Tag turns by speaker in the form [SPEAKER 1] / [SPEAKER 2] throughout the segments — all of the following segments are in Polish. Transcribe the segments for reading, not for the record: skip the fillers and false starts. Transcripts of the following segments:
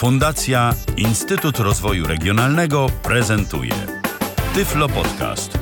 [SPEAKER 1] Fundacja Instytut Rozwoju Regionalnego prezentuje Tyflo Podcast.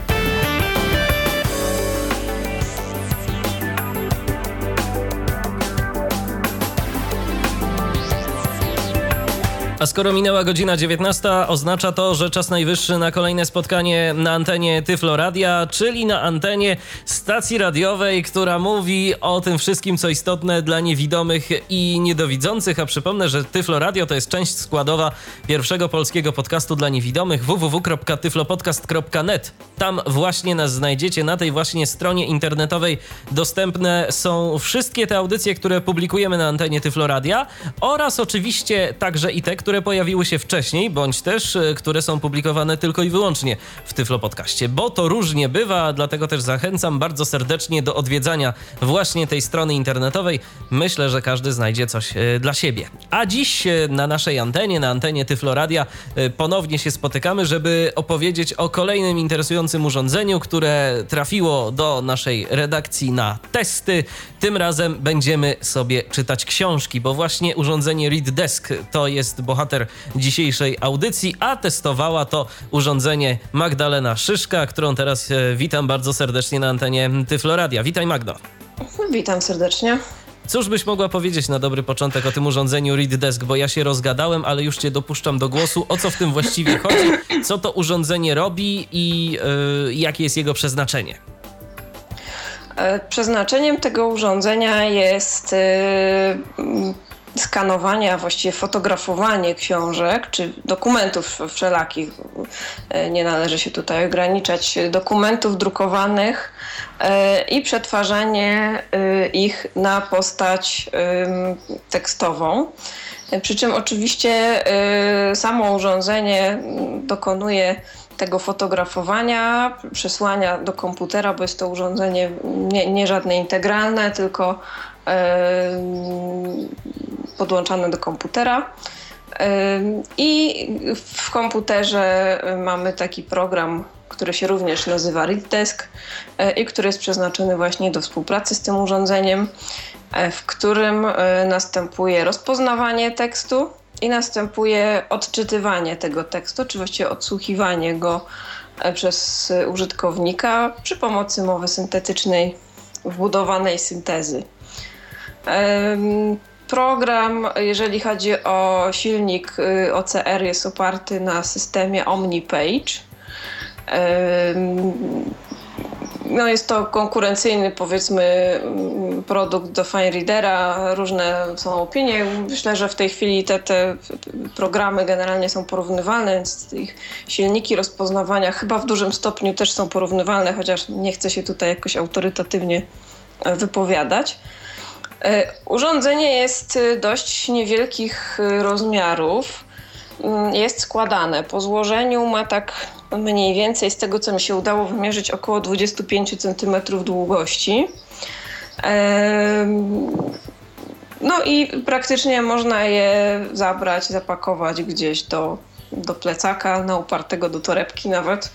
[SPEAKER 2] A skoro minęła godzina 19, oznacza to, że czas najwyższy na kolejne spotkanie na antenie Tyflo Radia, czyli na antenie stacji radiowej, która mówi o tym wszystkim, co istotne dla niewidomych i niedowidzących. A przypomnę, że Tyflo Radio to jest część składowa pierwszego polskiego podcastu dla niewidomych www.tyflopodcast.net. Tam właśnie nas znajdziecie, na tej właśnie stronie internetowej dostępne są wszystkie te audycje, które publikujemy na antenie Tyflo Radia oraz oczywiście także i te, które pojawiły się wcześniej, bądź też które są publikowane tylko i wyłącznie w Tyflo Podcaście, bo to różnie bywa, dlatego też zachęcam bardzo serdecznie do odwiedzania właśnie tej strony internetowej. Myślę, że każdy znajdzie coś dla siebie. A dziś na naszej antenie, na antenie Tyflo Radia ponownie się spotykamy, żeby opowiedzieć o kolejnym interesującym urządzeniu, które trafiło do naszej redakcji na testy. Tym razem będziemy sobie czytać książki, bo właśnie urządzenie Read Desk to jest bohater dzisiejszej audycji, a testowała to urządzenie Magdalena Szyszka, którą teraz witam bardzo serdecznie na antenie Tyflo Radia. Witaj, Magdo.
[SPEAKER 3] Witam serdecznie.
[SPEAKER 2] Cóż byś mogła powiedzieć na dobry początek o tym urządzeniu Read Desk, bo ja się rozgadałem, ale już cię dopuszczam do głosu. O co w tym właściwie chodzi? Co to urządzenie robi i jakie jest jego przeznaczenie?
[SPEAKER 3] Przeznaczeniem tego urządzenia jest skanowanie, a właściwie fotografowanie książek czy dokumentów wszelakich. Nie należy się tutaj ograniczać. Dokumentów drukowanych i przetwarzanie ich na postać tekstową. Przy czym oczywiście samo urządzenie dokonuje tego fotografowania, przesłania do komputera, bo jest to urządzenie nie żadne integralne, tylko podłączane do komputera. I w komputerze mamy taki program, który się również nazywa Read Desk i który jest przeznaczony właśnie do współpracy z tym urządzeniem, w którym następuje rozpoznawanie tekstu i następuje odczytywanie tego tekstu, czy właściwie odsłuchiwanie go przez użytkownika przy pomocy mowy syntetycznej wbudowanej syntezy. Program, jeżeli chodzi o silnik OCR, jest oparty na systemie OmniPage. No jest to konkurencyjny, powiedzmy, produkt do Fine Readera. Różne są opinie. Myślę, że w tej chwili te programy generalnie są porównywalne, więc ich silniki rozpoznawania chyba w dużym stopniu też są porównywalne, chociaż nie chcę się tutaj jakoś autorytatywnie wypowiadać. Urządzenie jest dość niewielkich rozmiarów. Jest składane. Po złożeniu ma tak mniej więcej, z tego co mi się udało wymierzyć, około 25 cm długości. No i praktycznie można je zabrać, zapakować gdzieś do plecaka, na upartego do torebki nawet.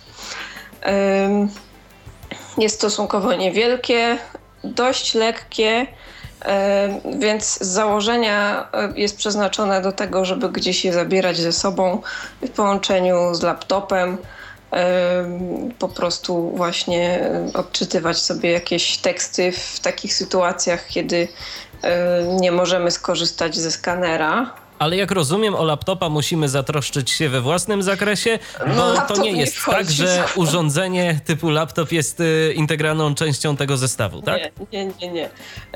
[SPEAKER 3] Jest stosunkowo niewielkie, dość lekkie, więc z założenia jest przeznaczone do tego, żeby gdzieś je zabierać ze sobą w połączeniu z laptopem, po prostu właśnie odczytywać sobie jakieś teksty w takich sytuacjach, kiedy nie możemy skorzystać ze skanera.
[SPEAKER 2] Ale jak rozumiem, o laptopa musimy zatroszczyć się we własnym zakresie, bo to nie jest tak, że urządzenie typu laptop jest integralną częścią tego zestawu, tak?
[SPEAKER 3] Nie.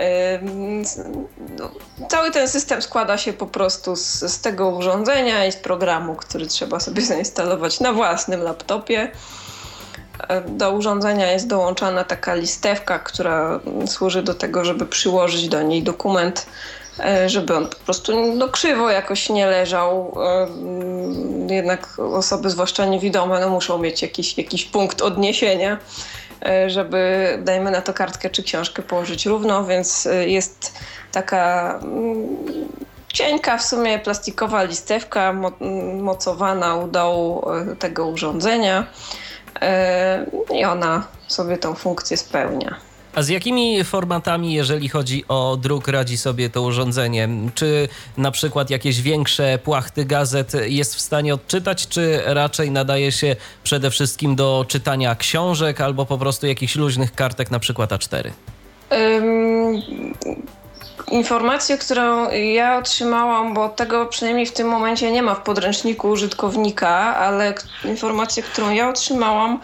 [SPEAKER 3] Cały ten system składa się po prostu z tego urządzenia i z programu, który trzeba sobie zainstalować na własnym laptopie. Do urządzenia jest dołączana taka listewka, która służy do tego, żeby przyłożyć do niej dokument, żeby on po prostu krzywo jakoś nie leżał. Jednak osoby, zwłaszcza niewidome, muszą mieć jakiś punkt odniesienia, żeby, dajmy na to, kartkę czy książkę położyć równo, więc jest taka cienka w sumie plastikowa listewka mocowana u dołu tego urządzenia i ona sobie tą funkcję spełnia.
[SPEAKER 2] A z jakimi formatami, jeżeli chodzi o druk, radzi sobie to urządzenie? Czy na przykład jakieś większe płachty gazet jest w stanie odczytać, czy raczej nadaje się przede wszystkim do czytania książek albo po prostu jakichś luźnych kartek, na przykład A4?
[SPEAKER 3] Informację, którą ja otrzymałam, bo tego przynajmniej w tym momencie nie ma w podręczniku użytkownika, ale informację, którą ja otrzymałam,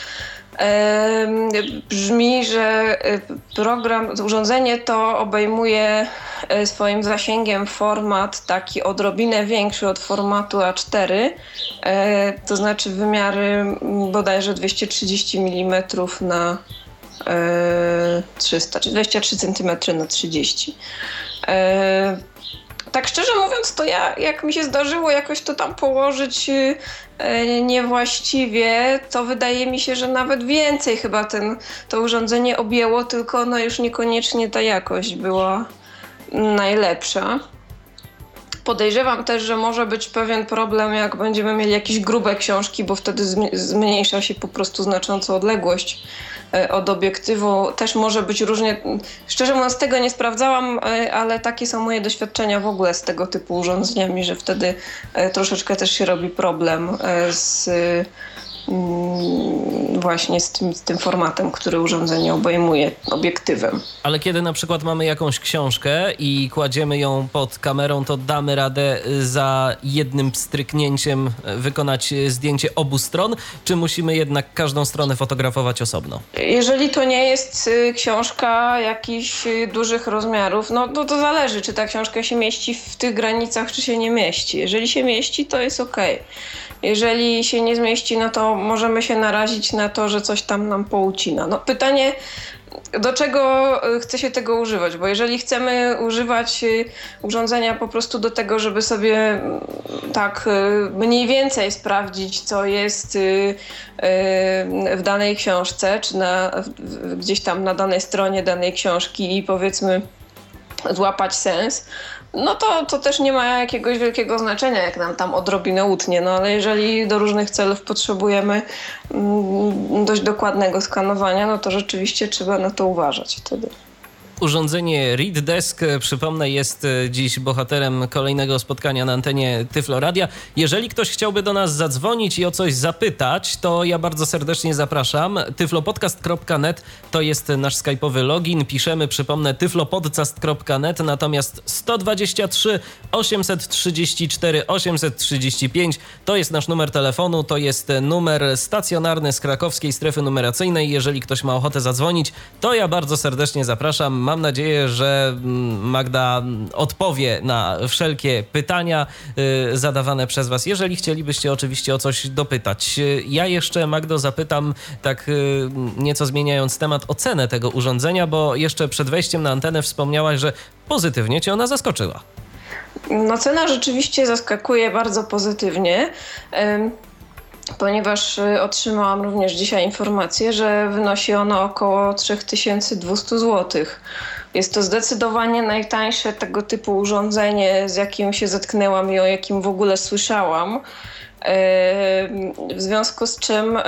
[SPEAKER 3] brzmi, że urządzenie to obejmuje swoim zasięgiem format taki odrobinę większy od formatu A4, to znaczy wymiary bodajże 230 mm na 300, czyli 23 cm na 30. Tak szczerze mówiąc, to jak mi się zdarzyło jakoś to tam położyć niewłaściwie, to wydaje mi się, że nawet więcej chyba to urządzenie objęło, tylko no już niekoniecznie ta jakość była najlepsza. Podejrzewam też, że może być pewien problem, jak będziemy mieli jakieś grube książki, bo wtedy zmniejsza się po prostu znacząco odległość od obiektywu. Też może być różnie. Szczerze mówiąc, tego nie sprawdzałam, ale takie są moje doświadczenia w ogóle z tego typu urządzeniami, że wtedy troszeczkę też się robi problem właśnie z tym formatem, który urządzenie obejmuje obiektywem.
[SPEAKER 2] Ale kiedy na przykład mamy jakąś książkę i kładziemy ją pod kamerą, to damy radę za jednym stryknięciem wykonać zdjęcie obu stron, czy musimy jednak każdą stronę fotografować osobno?
[SPEAKER 3] Jeżeli to nie jest książka jakichś dużych rozmiarów, no to zależy, czy ta książka się mieści w tych granicach, czy się nie mieści. Jeżeli się mieści, to jest okej. Jeżeli się nie zmieści, no to możemy się narazić na to, że coś tam nam poucina. No pytanie, do czego chce się tego używać? Bo jeżeli chcemy używać urządzenia po prostu do tego, żeby sobie tak mniej więcej sprawdzić, co jest w danej książce, czy gdzieś tam na danej stronie danej książki i powiedzmy złapać sens, no to też nie ma jakiegoś wielkiego znaczenia, jak nam tam odrobinę utnie. No ale jeżeli do różnych celów potrzebujemy dość dokładnego skanowania, no to rzeczywiście trzeba na to uważać wtedy.
[SPEAKER 2] Urządzenie Read Desk, przypomnę, jest dziś bohaterem kolejnego spotkania na antenie Tyflo Radia. Jeżeli ktoś chciałby do nas zadzwonić i o coś zapytać, to ja bardzo serdecznie zapraszam. tyflopodcast.net to jest nasz skype'owy login. Piszemy, przypomnę, tyflopodcast.net, natomiast 123 834 835 to jest nasz numer telefonu, to jest numer stacjonarny z krakowskiej strefy numeracyjnej. Jeżeli ktoś ma ochotę zadzwonić, to ja bardzo serdecznie zapraszam. Mam nadzieję, że Magda odpowie na wszelkie pytania zadawane przez Was, jeżeli chcielibyście oczywiście o coś dopytać. Ja jeszcze, Magdo, zapytam, tak nieco zmieniając temat, o cenę tego urządzenia, bo jeszcze przed wejściem na antenę wspomniałaś, że pozytywnie Cię ona zaskoczyła.
[SPEAKER 3] No cena rzeczywiście zaskakuje bardzo pozytywnie, ponieważ otrzymałam również dzisiaj informację, że wynosi ona około 3200 zł. Jest to zdecydowanie najtańsze tego typu urządzenie, z jakim się zetknęłam i o jakim w ogóle słyszałam. W związku z czym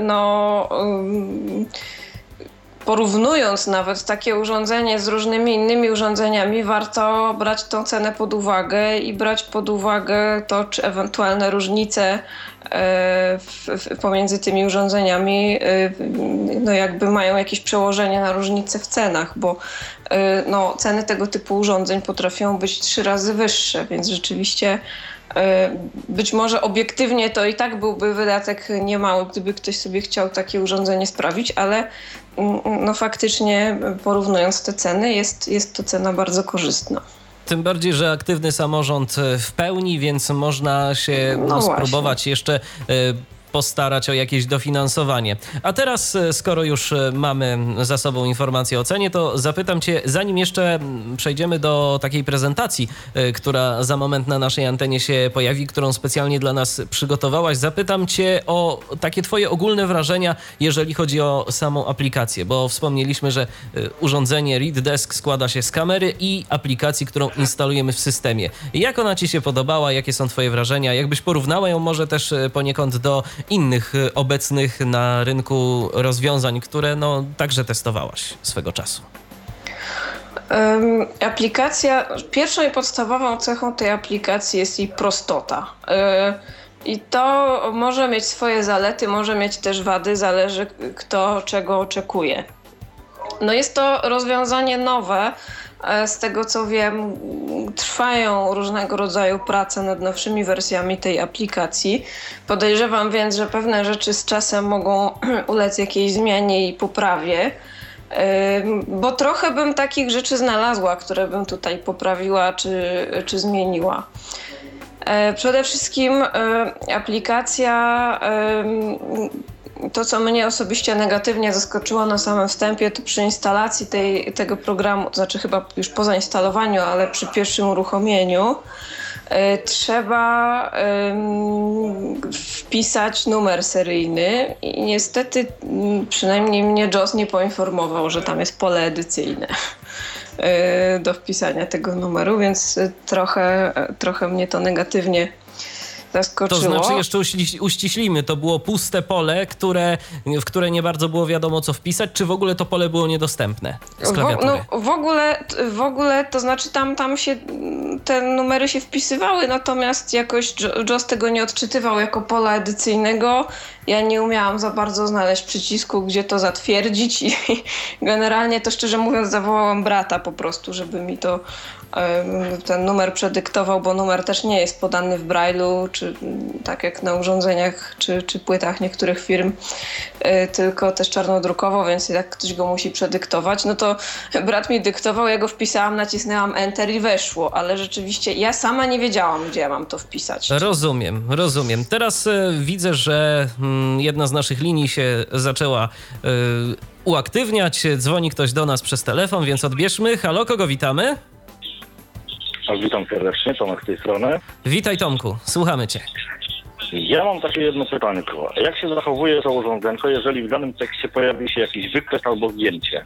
[SPEAKER 3] porównując nawet takie urządzenie z różnymi innymi urządzeniami, warto brać tą cenę pod uwagę i brać pod uwagę to, czy ewentualne różnice pomiędzy tymi urządzeniami jakby mają jakieś przełożenie na różnice w cenach, bo ceny tego typu urządzeń potrafią być 3 razy wyższe, więc rzeczywiście być może obiektywnie to i tak byłby wydatek niemały, gdyby ktoś sobie chciał takie urządzenie sprawić, ale faktycznie porównując te ceny jest to cena bardzo korzystna.
[SPEAKER 2] Tym bardziej, że aktywny samorząd w pełni, więc można się spróbować jeszcze postarać o jakieś dofinansowanie. A teraz, skoro już mamy za sobą informację o cenie, to zapytam Cię, zanim jeszcze przejdziemy do takiej prezentacji, która za moment na naszej antenie się pojawi, którą specjalnie dla nas przygotowałaś, zapytam Cię o takie Twoje ogólne wrażenia, jeżeli chodzi o samą aplikację, bo wspomnieliśmy, że urządzenie Read Desk składa się z kamery i aplikacji, którą instalujemy w systemie. Jak ona Ci się podobała? Jakie są Twoje wrażenia? Jakbyś porównała ją może też poniekąd do innych obecnych na rynku rozwiązań, które także testowałaś swego czasu?
[SPEAKER 3] Aplikacja, pierwszą i podstawową cechą tej aplikacji jest jej prostota. I to może mieć swoje zalety, może mieć też wady, zależy kto czego oczekuje. Jest to rozwiązanie nowe. Z tego co wiem, trwają różnego rodzaju prace nad nowszymi wersjami tej aplikacji. Podejrzewam więc, że pewne rzeczy z czasem mogą ulec jakiejś zmianie i poprawie. Bo trochę bym takich rzeczy znalazła, które bym tutaj poprawiła czy zmieniła. Przede wszystkim aplikacja, to co mnie osobiście negatywnie zaskoczyło na samym wstępie, to przy instalacji tego programu, to znaczy chyba już po zainstalowaniu, ale przy pierwszym uruchomieniu, trzeba wpisać numer seryjny i niestety przynajmniej mnie JAWS nie poinformował, że tam jest pole edycyjne do wpisania tego numeru, więc trochę mnie to negatywnie zaskoczyło.
[SPEAKER 2] To znaczy, jeszcze uściślimy, to było puste pole, w które nie bardzo było wiadomo co wpisać, czy w ogóle to pole było niedostępne z klawiatury?
[SPEAKER 3] W ogóle, to znaczy tam się te numery się wpisywały, natomiast jakoś JAWS tego nie odczytywał jako pola edycyjnego. Ja nie umiałam za bardzo znaleźć przycisku, gdzie to zatwierdzić i generalnie to szczerze mówiąc zawołałam brata po prostu, żeby mi to ten numer przedyktował, bo numer też nie jest podany w Braille'u, czy tak jak na urządzeniach, czy płytach niektórych firm, tylko też czarnodrukowo, więc jak ktoś go musi przedyktować, to brat mi dyktował, ja go wpisałam, nacisnęłam Enter i weszło, ale rzeczywiście ja sama nie wiedziałam, gdzie ja mam to wpisać.
[SPEAKER 2] Rozumiem. Teraz widzę, że jedna z naszych linii się zaczęła uaktywniać, dzwoni ktoś do nas przez telefon, więc odbierzmy. Halo, kogo witamy?
[SPEAKER 4] Witam serdecznie, Tomek z tej strony.
[SPEAKER 2] Witaj Tomku, słuchamy Cię.
[SPEAKER 4] Ja mam takie jedno pytanie. Jak się zachowuje to urządzenko, jeżeli w danym tekście pojawi się jakiś wykres albo zdjęcie?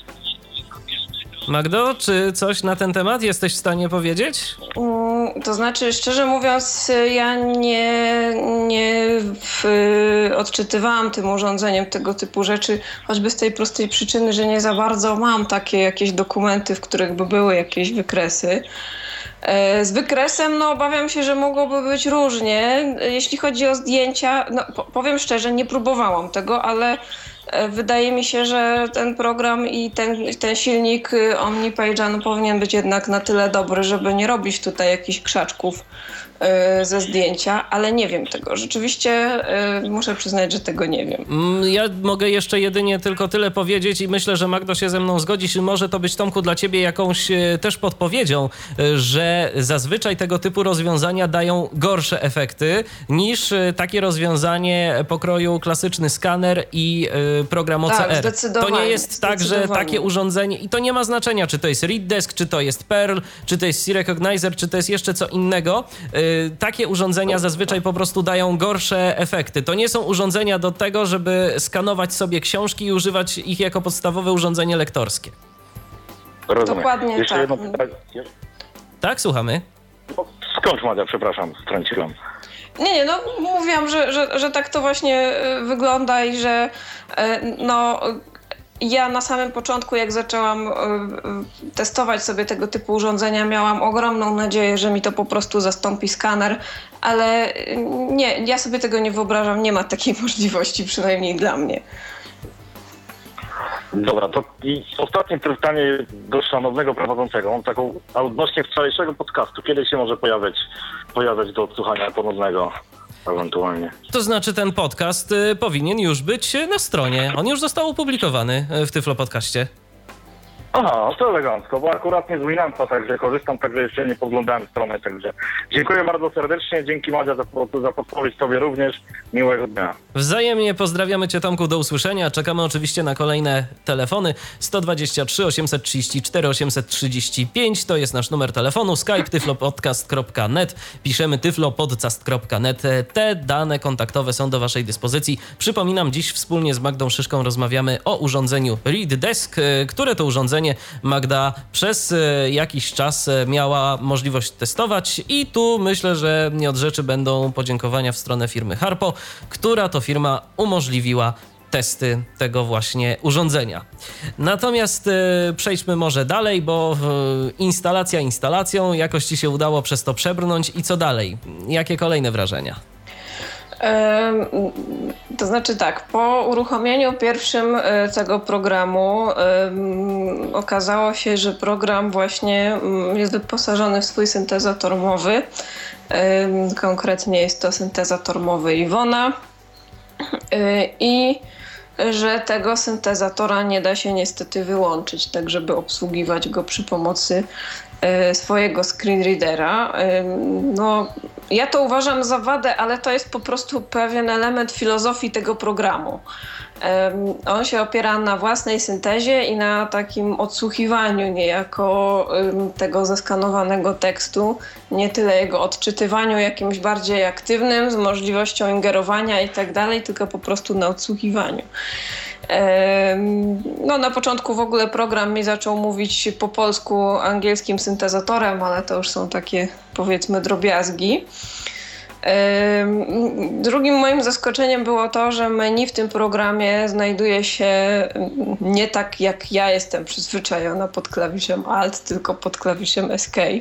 [SPEAKER 2] Magdo, czy coś na ten temat jesteś w stanie powiedzieć?
[SPEAKER 3] To znaczy, szczerze mówiąc, ja nie odczytywałam tym urządzeniem tego typu rzeczy, choćby z tej prostej przyczyny, że nie za bardzo mam takie jakieś dokumenty, w których by były jakieś wykresy. Z wykresem obawiam się, że mogłoby być różnie. Jeśli chodzi o zdjęcia, powiem szczerze, nie próbowałam tego, ale wydaje mi się, że ten program i ten silnik OmniPage'a powinien być jednak na tyle dobry, żeby nie robić tutaj jakichś krzaczków ze zdjęcia, ale nie wiem tego. Rzeczywiście muszę przyznać, że tego nie wiem.
[SPEAKER 2] Ja mogę jeszcze jedynie tylko tyle powiedzieć i myślę, że Magdo się ze mną zgodzi. Może to być, Tomku, dla ciebie jakąś też podpowiedzią, że zazwyczaj tego typu rozwiązania dają gorsze efekty niż takie rozwiązanie pokroju klasyczny skaner i program OCR. To nie jest tak, że takie urządzenie, i to nie ma znaczenia, czy to jest ReadDesk, czy to jest Perl, czy to jest C-Recognizer, czy to jest jeszcze co innego. Takie urządzenia zazwyczaj po prostu dają gorsze efekty. To nie są urządzenia do tego, żeby skanować sobie książki i używać ich jako podstawowe urządzenie lektorskie.
[SPEAKER 4] Rozumiem.
[SPEAKER 3] Dokładnie
[SPEAKER 4] jeszcze
[SPEAKER 3] tak.
[SPEAKER 4] jedno pytanie.
[SPEAKER 2] Tak, słuchamy.
[SPEAKER 4] Skąd Madzia, przepraszam, strąciłam.
[SPEAKER 3] Nie, mówiłam, że tak to właśnie wygląda i że ja na samym początku, jak zaczęłam testować sobie tego typu urządzenia, miałam ogromną nadzieję, że mi to po prostu zastąpi skaner, ale nie, ja sobie tego nie wyobrażam, nie ma takiej możliwości, przynajmniej dla mnie.
[SPEAKER 4] Dobra, to i ostatnie pytanie do szanownego prowadzącego. Mam taką odnośnie wczorajszego podcastu. Kiedy się może pojawiać do odsłuchania ponownego ewentualnie?
[SPEAKER 2] To znaczy ten podcast powinien już być na stronie. On już został opublikowany w Tyflo Podcaście.
[SPEAKER 4] Aha, to elegancko, bo akurat nie z Winampa, także korzystam, także jeszcze nie podglądałem strony, także dziękuję bardzo serdecznie, dzięki Madzia za podpowiedź, tobie również, miłego dnia.
[SPEAKER 2] Wzajemnie pozdrawiamy Cię, Tomku, do usłyszenia, czekamy oczywiście na kolejne telefony. 123 834 835 to jest nasz numer telefonu, skype tyflopodcast.net, piszemy tyflopodcast.net, te dane kontaktowe są do Waszej dyspozycji. Przypominam, dziś wspólnie z Magdą Szyszką rozmawiamy o urządzeniu ReadDesk, które to urządzenie urządzenie Magda przez jakiś czas miała możliwość testować i tu myślę, że nie od rzeczy będą podziękowania w stronę firmy Harpo, która to firma umożliwiła testy tego właśnie urządzenia. Natomiast przejdźmy może dalej, bo instalacja instalacją, jakoś Ci się udało przez to przebrnąć i co dalej? Jakie kolejne wrażenia?
[SPEAKER 3] To znaczy tak, po uruchomieniu pierwszym tego programu okazało się, że program właśnie jest wyposażony w swój syntezator mowy. Konkretnie jest to syntezator mowy Iwona i że tego syntezatora nie da się niestety wyłączyć, tak żeby obsługiwać go przy pomocy swojego screenreadera. No, ja to uważam za wadę, ale to jest po prostu pewien element filozofii tego programu. On się opiera na własnej syntezie i na takim odsłuchiwaniu niejako tego zeskanowanego tekstu, nie tyle jego odczytywaniu jakimś bardziej aktywnym, z możliwością ingerowania i tak dalej, tylko po prostu na odsłuchiwaniu. No, na początku w ogóle program mi zaczął mówić po polsku angielskim syntezatorem, ale to już są takie, powiedzmy, drobiazgi. Drugim moim zaskoczeniem było to, że menu w tym programie znajduje się nie tak jak ja jestem przyzwyczajona pod klawiszem Alt, tylko pod klawiszem Escape.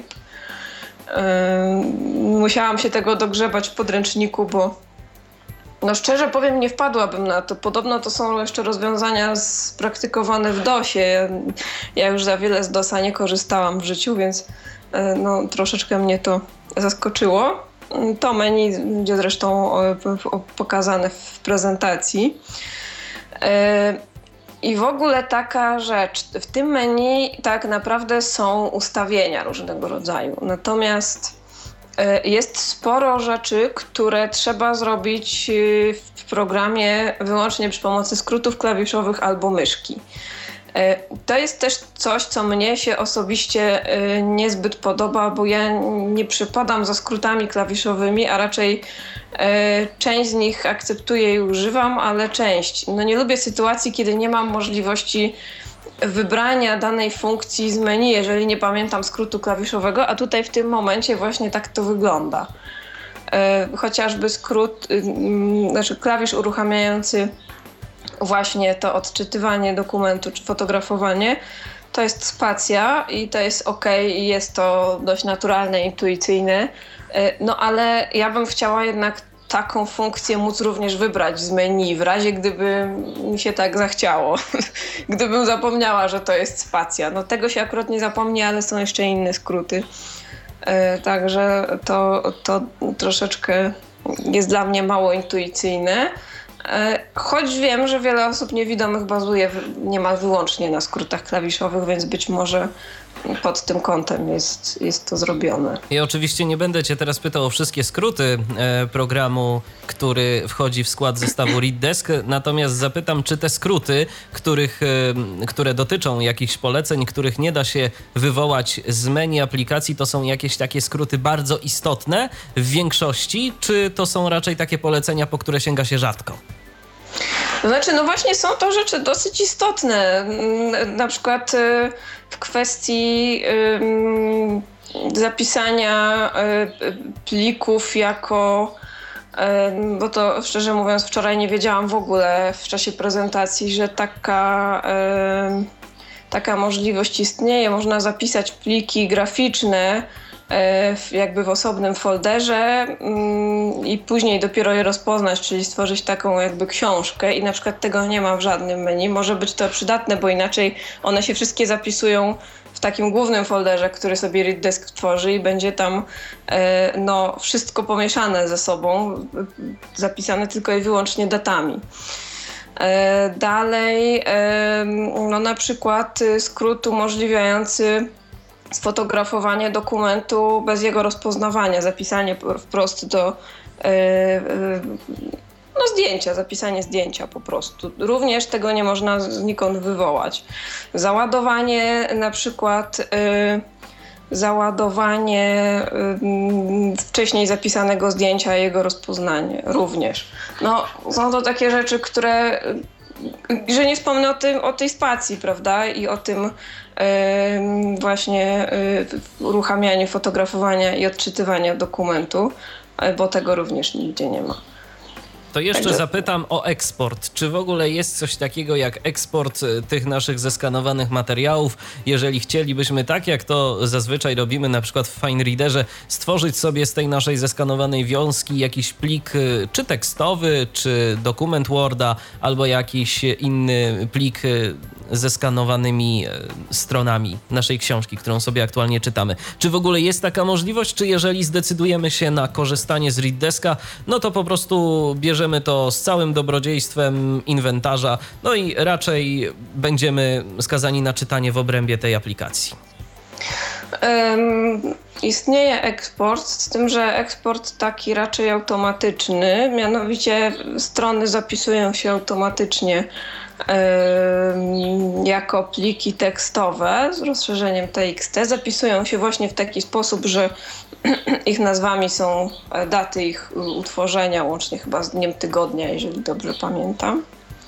[SPEAKER 3] Musiałam się tego dogrzebać w podręczniku, bo no szczerze powiem, nie wpadłabym na to. Podobno to są jeszcze rozwiązania spraktykowane w DOSie. Ja już za wiele z DOSa nie korzystałam w życiu, więc no, troszeczkę mnie to zaskoczyło. To menu będzie zresztą pokazane w prezentacji. I w ogóle taka rzecz, w tym menu tak naprawdę są ustawienia różnego rodzaju. Natomiast jest sporo rzeczy, które trzeba zrobić w programie wyłącznie przy pomocy skrótów klawiszowych albo myszki. To jest też coś, co mnie się osobiście niezbyt podoba, bo ja nie przypadam za skrótami klawiszowymi, a raczej część z nich akceptuję i używam, ale część. No nie lubię sytuacji, kiedy nie mam możliwości wybrania danej funkcji z menu, jeżeli nie pamiętam skrótu klawiszowego, a tutaj w tym momencie właśnie tak to wygląda. Chociażby skrót, znaczy klawisz uruchamiający właśnie to odczytywanie dokumentu czy fotografowanie, to jest spacja i to jest ok, i jest to dość naturalne, intuicyjne, no ale ja bym chciała jednak taką funkcję móc również wybrać z menu, w razie gdyby mi się tak zachciało, gdybym zapomniała, że to jest spacja. No tego się akurat nie zapomni, ale są jeszcze inne skróty, także to troszeczkę jest dla mnie mało intuicyjne. Choć wiem, że wiele osób niewidomych bazuje niemal wyłącznie na skrótach klawiszowych, więc być może pod tym kątem jest to zrobione.
[SPEAKER 2] Ja oczywiście nie będę Cię teraz pytał o wszystkie skróty programu, który wchodzi w skład zestawu Read Desk, natomiast zapytam, czy te skróty, które dotyczą jakichś poleceń, których nie da się wywołać z menu aplikacji, to są jakieś takie skróty bardzo istotne w większości, czy to są raczej takie polecenia, po które sięga się rzadko?
[SPEAKER 3] To znaczy, no właśnie są to rzeczy dosyć istotne. Na przykład w kwestii zapisania plików jako, bo to szczerze mówiąc wczoraj nie wiedziałam w ogóle w czasie prezentacji, że taka możliwość istnieje. Można zapisać pliki graficzne jakby w osobnym folderze i później dopiero je rozpoznać, czyli stworzyć taką jakby książkę i na przykład tego nie ma w żadnym menu. Może być to przydatne, bo inaczej one się wszystkie zapisują w takim głównym folderze, który sobie Read Desk tworzy i będzie tam no, wszystko pomieszane ze sobą, zapisane tylko i wyłącznie datami. Dalej no, na przykład skrót umożliwiający sfotografowanie dokumentu bez jego rozpoznawania, zapisanie wprost do no, zdjęcia, zapisanie zdjęcia po prostu. Również tego nie można znikąd wywołać. Załadowanie na przykład wcześniej zapisanego zdjęcia, jego rozpoznanie również. No, są to takie rzeczy, które że nie wspomnę o tej spacji, prawda? I o tym właśnie uruchamianiu fotografowania i odczytywania dokumentu, bo tego również nigdzie nie ma.
[SPEAKER 2] To jeszcze zapytam o eksport. Czy w ogóle jest coś takiego jak eksport tych naszych zeskanowanych materiałów? Jeżeli chcielibyśmy, tak jak to zazwyczaj robimy na przykład w FineReaderze, stworzyć sobie z tej naszej zeskanowanej wiązki jakiś plik, czy tekstowy, czy dokument Worda, albo jakiś inny plik ze skanowanymi stronami naszej książki, którą sobie aktualnie czytamy. Czy w ogóle jest taka możliwość, czy jeżeli zdecydujemy się na korzystanie z ReadDeska, no to po prostu bierzemy to z całym dobrodziejstwem inwentarza, no i raczej będziemy skazani na czytanie w obrębie tej aplikacji?
[SPEAKER 3] Istnieje eksport, z tym, że eksport taki raczej automatyczny, mianowicie strony zapisują się automatycznie jako pliki tekstowe z rozszerzeniem TXT. Zapisują się właśnie w taki sposób, że ich nazwami są daty ich utworzenia, łącznie chyba z dniem tygodnia, jeżeli dobrze pamiętam.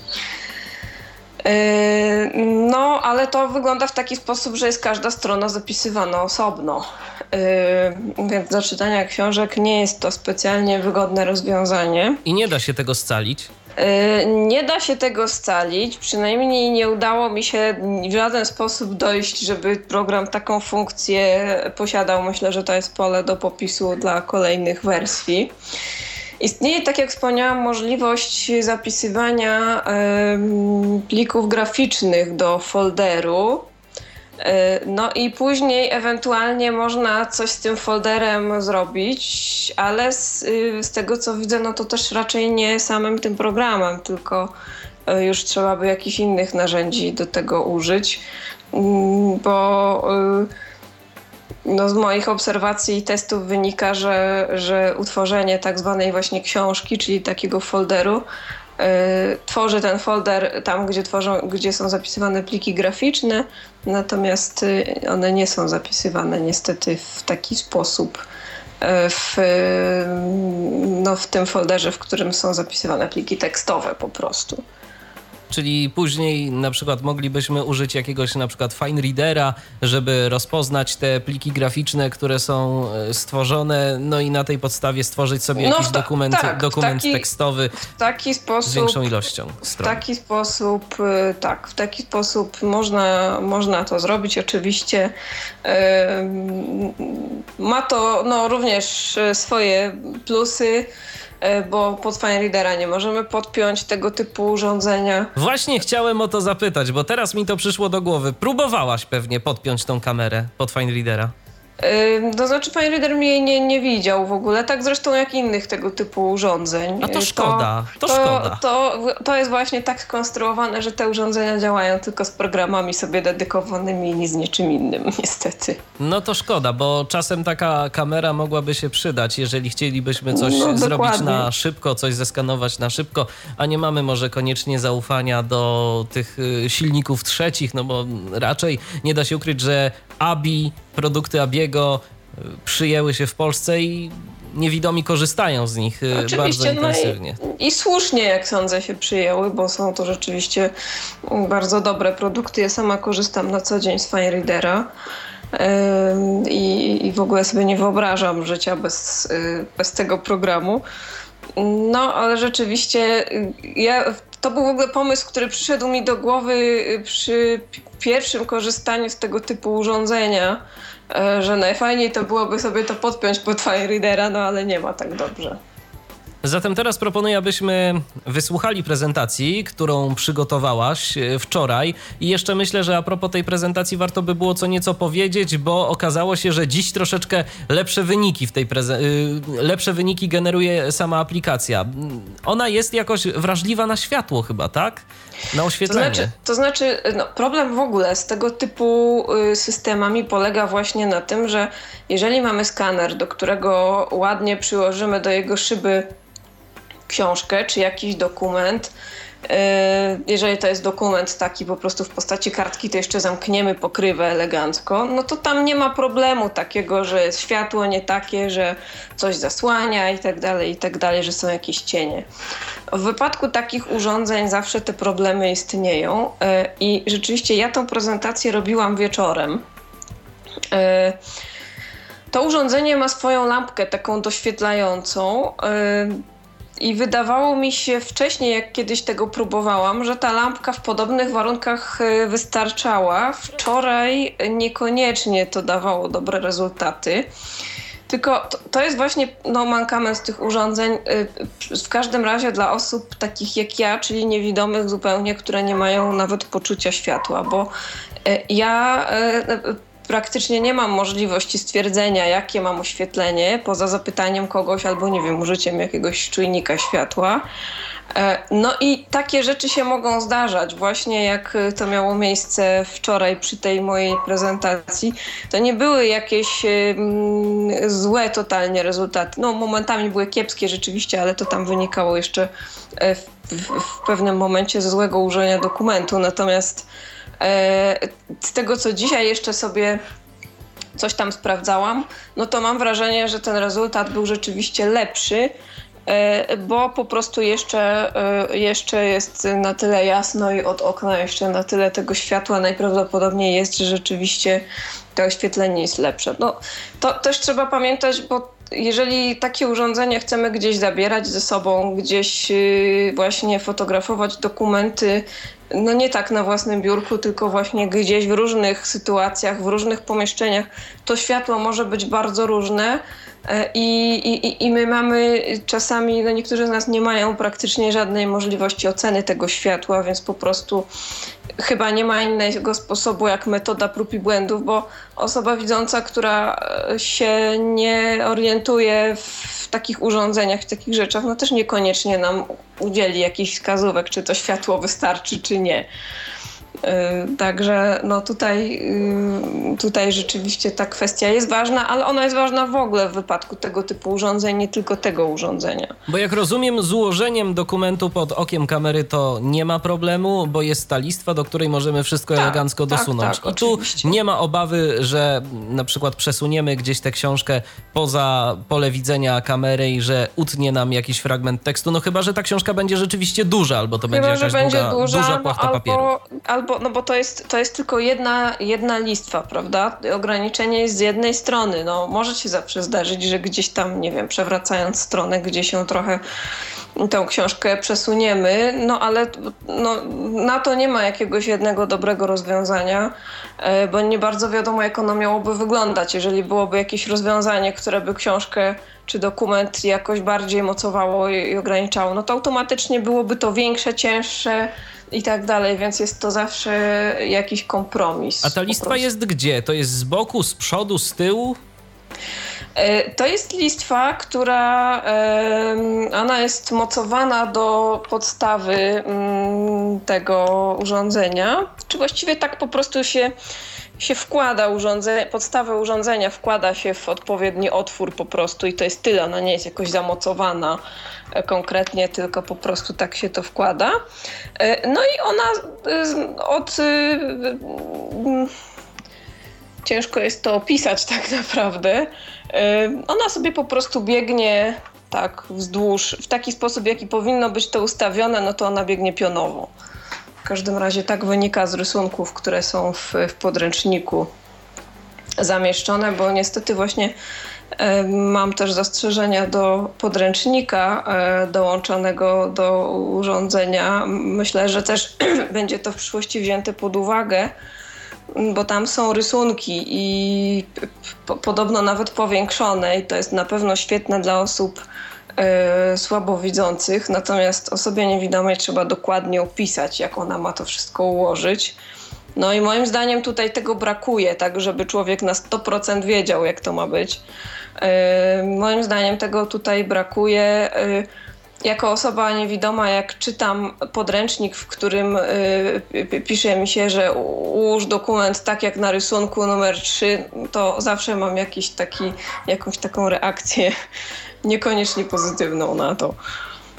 [SPEAKER 3] No, ale to wygląda w taki sposób, że jest każda strona zapisywana osobno. Więc do czytania książek nie jest to specjalnie wygodne rozwiązanie.
[SPEAKER 2] I nie da się tego scalić?
[SPEAKER 3] Nie da się tego scalić, przynajmniej nie udało mi się w żaden sposób dojść, żeby program taką funkcję posiadał. Myślę, że to jest pole do popisu dla kolejnych wersji. Istnieje, tak jak wspomniałam, możliwość zapisywania plików graficznych do folderu. No i później ewentualnie można coś z tym folderem zrobić, ale z tego co widzę, no to też raczej nie samym tym programem, tylko już trzeba by jakichś innych narzędzi do tego użyć, bo no z moich obserwacji i testów wynika, że utworzenie tak zwanej właśnie książki, czyli takiego folderu, tworzy ten folder tam, gdzie są zapisywane pliki graficzne, natomiast one nie są zapisywane niestety w taki sposób w tym folderze, w którym są zapisywane pliki tekstowe po prostu.
[SPEAKER 2] Czyli później na przykład moglibyśmy użyć jakiegoś na przykład FineReadera, żeby rozpoznać te pliki graficzne, które są stworzone, no i na tej podstawie stworzyć sobie jakiś dokument tekstowy z większą ilością stron.
[SPEAKER 3] W taki sposób można to zrobić. Oczywiście ma to również swoje plusy, bo pod FineReadera nie możemy podpiąć tego typu urządzenia.
[SPEAKER 2] Właśnie chciałem o to zapytać, bo teraz mi to przyszło do głowy. Próbowałaś pewnie podpiąć tą kamerę pod FineReadera?
[SPEAKER 3] To znaczy FineReader mnie nie widział w ogóle, tak zresztą jak innych tego typu urządzeń.
[SPEAKER 2] A to szkoda, szkoda.
[SPEAKER 3] To jest właśnie tak skonstruowane, że te urządzenia działają tylko z programami sobie dedykowanymi i nic z niczym innym, niestety.
[SPEAKER 2] No to szkoda, bo czasem taka kamera mogłaby się przydać, jeżeli chcielibyśmy coś zrobić na szybko, coś zeskanować na szybko, a nie mamy może koniecznie zaufania do tych silników trzecich, no bo raczej nie da się ukryć, że produkty Abiego przyjęły się w Polsce i niewidomi korzystają z nich bardzo intensywnie.
[SPEAKER 3] I słusznie, jak sądzę, się przyjęły, bo są to rzeczywiście bardzo dobre produkty. Ja sama korzystam na co dzień z FineReadera i w ogóle sobie nie wyobrażam życia bez tego programu. No, ale rzeczywiście to był w ogóle pomysł, który przyszedł mi do głowy przy pierwszym korzystaniu z tego typu urządzenia, że najfajniej to byłoby sobie to podpiąć pod FineReadera, no ale nie ma tak dobrze.
[SPEAKER 2] Zatem teraz proponuję, abyśmy wysłuchali prezentacji, którą przygotowałaś wczoraj i jeszcze myślę, że a propos tej prezentacji warto by było co nieco powiedzieć, bo okazało się, że dziś troszeczkę lepsze wyniki lepsze wyniki generuje sama aplikacja. Ona jest jakoś wrażliwa na światło chyba, tak? Na oświetlenie.
[SPEAKER 3] To znaczy problem w ogóle z tego typu systemami polega właśnie na tym, że jeżeli mamy skaner, do którego ładnie przyłożymy do jego szyby książkę czy jakiś dokument, Jeżeli to jest dokument taki po prostu w postaci kartki, to jeszcze zamkniemy pokrywę elegancko, no to tam nie ma problemu takiego, że jest światło nie takie, że coś zasłania i tak dalej, że są jakieś cienie. W wypadku takich urządzeń zawsze te problemy istnieją i rzeczywiście ja tą prezentację robiłam wieczorem. To urządzenie ma swoją lampkę taką doświetlającą i wydawało mi się wcześniej, jak kiedyś tego próbowałam, że ta lampka w podobnych warunkach wystarczała. Wczoraj niekoniecznie to dawało dobre rezultaty. Tylko to jest właśnie mankament tych urządzeń, w każdym razie dla osób takich jak ja, czyli niewidomych zupełnie, które nie mają nawet poczucia światła, bo ja praktycznie nie mam możliwości stwierdzenia, jakie mam oświetlenie, poza zapytaniem kogoś albo, nie wiem, użyciem jakiegoś czujnika światła. No i takie rzeczy się mogą zdarzać. Właśnie jak to miało miejsce wczoraj przy tej mojej prezentacji, to nie były jakieś złe totalnie rezultaty. No momentami były kiepskie rzeczywiście, ale to tam wynikało jeszcze w pewnym momencie ze złego użycia dokumentu. Natomiast z tego, co dzisiaj jeszcze sobie coś tam sprawdzałam, no to mam wrażenie, że ten rezultat był rzeczywiście lepszy, bo po prostu jeszcze jest na tyle jasno i od okna jeszcze na tyle tego światła najprawdopodobniej jest, że rzeczywiście to oświetlenie jest lepsze. No, to też trzeba pamiętać, bo jeżeli takie urządzenie chcemy gdzieś zabierać ze sobą, gdzieś właśnie fotografować dokumenty, no nie tak na własnym biurku, tylko właśnie gdzieś w różnych sytuacjach, w różnych pomieszczeniach, to światło może być bardzo różne i my mamy czasami, no niektórzy z nas nie mają praktycznie żadnej możliwości oceny tego światła, więc po prostu chyba nie ma innego sposobu jak metoda prób i błędów, bo osoba widząca, która się nie orientuje w takich urządzeniach, w takich rzeczach, no też niekoniecznie nam udzieli jakichś wskazówek, czy to światło wystarczy, czy nie. Także no tutaj rzeczywiście ta kwestia jest ważna, ale ona jest ważna w ogóle w wypadku tego typu urządzeń, nie tylko tego urządzenia.
[SPEAKER 2] Bo jak rozumiem, z ułożeniem dokumentu pod okiem kamery to nie ma problemu, bo jest ta listwa, do której możemy wszystko elegancko dosunąć. I tu
[SPEAKER 3] oczywiście.
[SPEAKER 2] nie ma obawy, że na przykład przesuniemy gdzieś tę książkę poza pole widzenia kamery i że utnie nam jakiś fragment tekstu, no chyba że ta książka będzie rzeczywiście duża, albo to będzie jakaś duża płachta papieru.
[SPEAKER 3] No bo to jest tylko jedna listwa, prawda? Ograniczenie jest z jednej strony. No, może się zawsze zdarzyć, że gdzieś tam, nie wiem, przewracając stronę, gdzieś ją trochę tą książkę przesuniemy, no ale na to nie ma jakiegoś jednego dobrego rozwiązania, bo nie bardzo wiadomo, jak ono miałoby wyglądać. Jeżeli byłoby jakieś rozwiązanie, które by książkę czy dokument jakoś bardziej mocowało i ograniczało, no to automatycznie byłoby to większe, cięższe i tak dalej, więc jest to zawsze jakiś kompromis.
[SPEAKER 2] A ta listwa jest gdzie? To jest z boku, z przodu, z tyłu?
[SPEAKER 3] To jest listwa, która ona jest mocowana do podstawy tego urządzenia, czy właściwie tak po prostu się wkłada podstawę urządzenia wkłada się w odpowiedni otwór po prostu i to jest tyle, ona nie jest jakoś zamocowana konkretnie, tylko po prostu tak się to wkłada. No i ona ciężko jest to opisać tak naprawdę. Ona sobie po prostu biegnie tak wzdłuż, w taki sposób, w jaki powinno być to ustawione, no to ona biegnie pionowo. W każdym razie tak wynika z rysunków, które są w podręczniku zamieszczone, bo niestety właśnie mam też zastrzeżenia do podręcznika dołączonego do urządzenia. Myślę, że też będzie to w przyszłości wzięte pod uwagę, bo tam są rysunki i podobno nawet powiększone i to jest na pewno świetne dla osób słabowidzących, natomiast osobie niewidomej trzeba dokładnie opisać, jak ona ma to wszystko ułożyć. No i moim zdaniem tutaj tego brakuje, tak żeby człowiek na 100% wiedział, jak to ma być. Moim zdaniem tego tutaj brakuje. Jako osoba niewidoma, jak czytam podręcznik, w którym pisze mi się, że ułóż dokument tak jak na rysunku numer 3, to zawsze mam jakąś taką reakcję niekoniecznie pozytywną na to.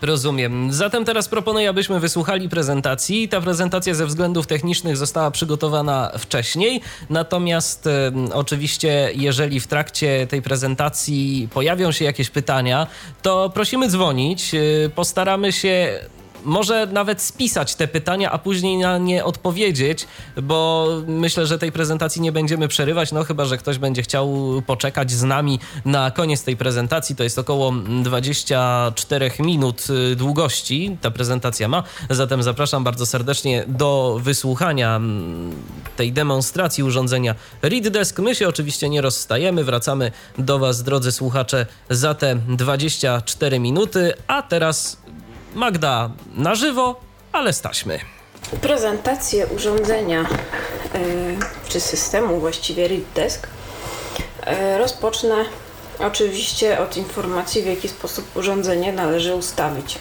[SPEAKER 2] Rozumiem. Zatem teraz proponuję, abyśmy wysłuchali prezentacji. Ta prezentacja ze względów technicznych została przygotowana wcześniej, natomiast oczywiście jeżeli w trakcie tej prezentacji pojawią się jakieś pytania, to prosimy dzwonić. Postaramy się może nawet spisać te pytania, a później na nie odpowiedzieć, bo myślę, że tej prezentacji nie będziemy przerywać, no chyba że ktoś będzie chciał poczekać z nami na koniec tej prezentacji. To jest około 24 minut długości ta prezentacja ma, zatem zapraszam bardzo serdecznie do wysłuchania tej demonstracji urządzenia ReadDesk. My się oczywiście nie rozstajemy, wracamy do Was, drodzy słuchacze, za te 24 minuty, a teraz Magda na żywo, ale z taśmy.
[SPEAKER 3] Prezentację urządzenia czy systemu właściwie ReadDesk rozpocznę oczywiście od informacji, w jaki sposób urządzenie należy ustawić.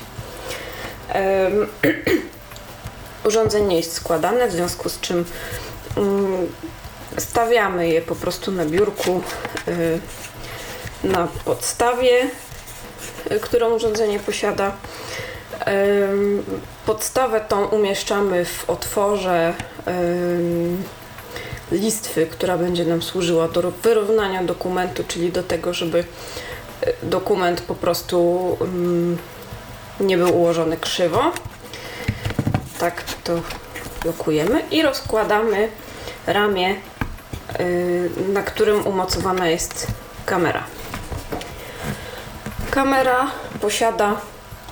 [SPEAKER 3] Urządzenie jest składane, w związku z czym stawiamy je po prostu na biurku na podstawie, którą urządzenie posiada. Podstawę tą umieszczamy w otworze listwy, która będzie nam służyła do wyrównania dokumentu, czyli do tego, żeby dokument po prostu nie był ułożony krzywo. Tak to blokujemy i rozkładamy ramię, na którym umocowana jest kamera. Kamera posiada,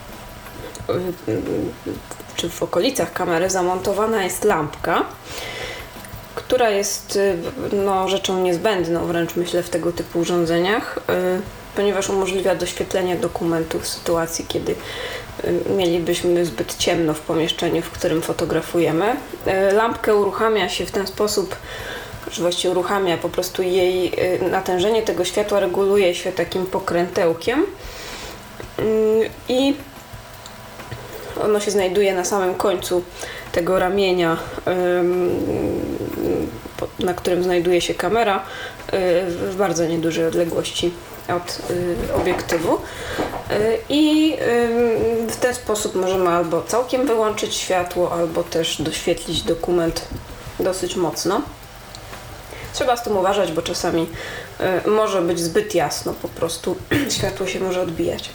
[SPEAKER 3] czy w okolicach kamery zamontowana jest lampka, która jest rzeczą niezbędną wręcz, myślę, w tego typu urządzeniach, ponieważ umożliwia doświetlenie dokumentu w sytuacji, kiedy mielibyśmy zbyt ciemno w pomieszczeniu, w którym fotografujemy. Lampkę uruchamia się w ten sposób, że właściwie uruchamia po prostu jej natężenie tego światła, reguluje się takim pokrętełkiem i ono się znajduje na samym końcu tego ramienia, na którym znajduje się kamera, w bardzo niedużej odległości od obiektywu i w ten sposób możemy albo całkiem wyłączyć światło, albo też doświetlić dokument dosyć mocno. Trzeba z tym uważać, bo czasami może być zbyt jasno, po prostu światło się może odbijać.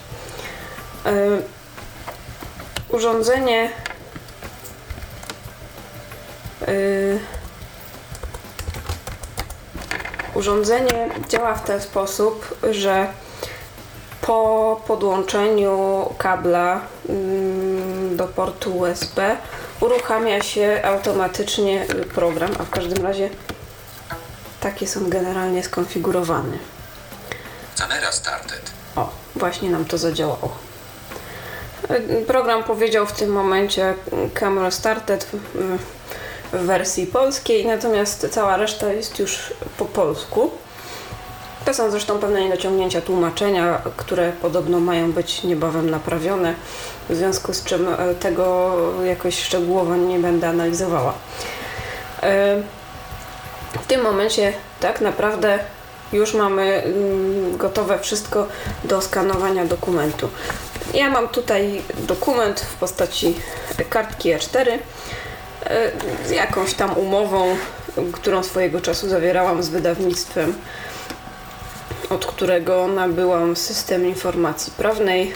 [SPEAKER 3] Urządzenie działa w ten sposób, że po podłączeniu kabla do portu USB uruchamia się automatycznie program, a w każdym razie tak jest on generalnie skonfigurowany.
[SPEAKER 5] Camera started.
[SPEAKER 3] O, właśnie nam to zadziałało. Program powiedział w tym momencie Camera started w wersji polskiej, natomiast cała reszta jest już po polsku. To są zresztą pewne niedociągnięcia tłumaczenia, które podobno mają być niebawem naprawione, w związku z czym tego jakoś szczegółowo nie będę analizowała. W tym momencie tak naprawdę już mamy gotowe wszystko do skanowania dokumentu. Ja mam tutaj dokument w postaci kartki A4 z jakąś tam umową, którą swojego czasu zawierałam z wydawnictwem, od którego nabyłam system informacji prawnej.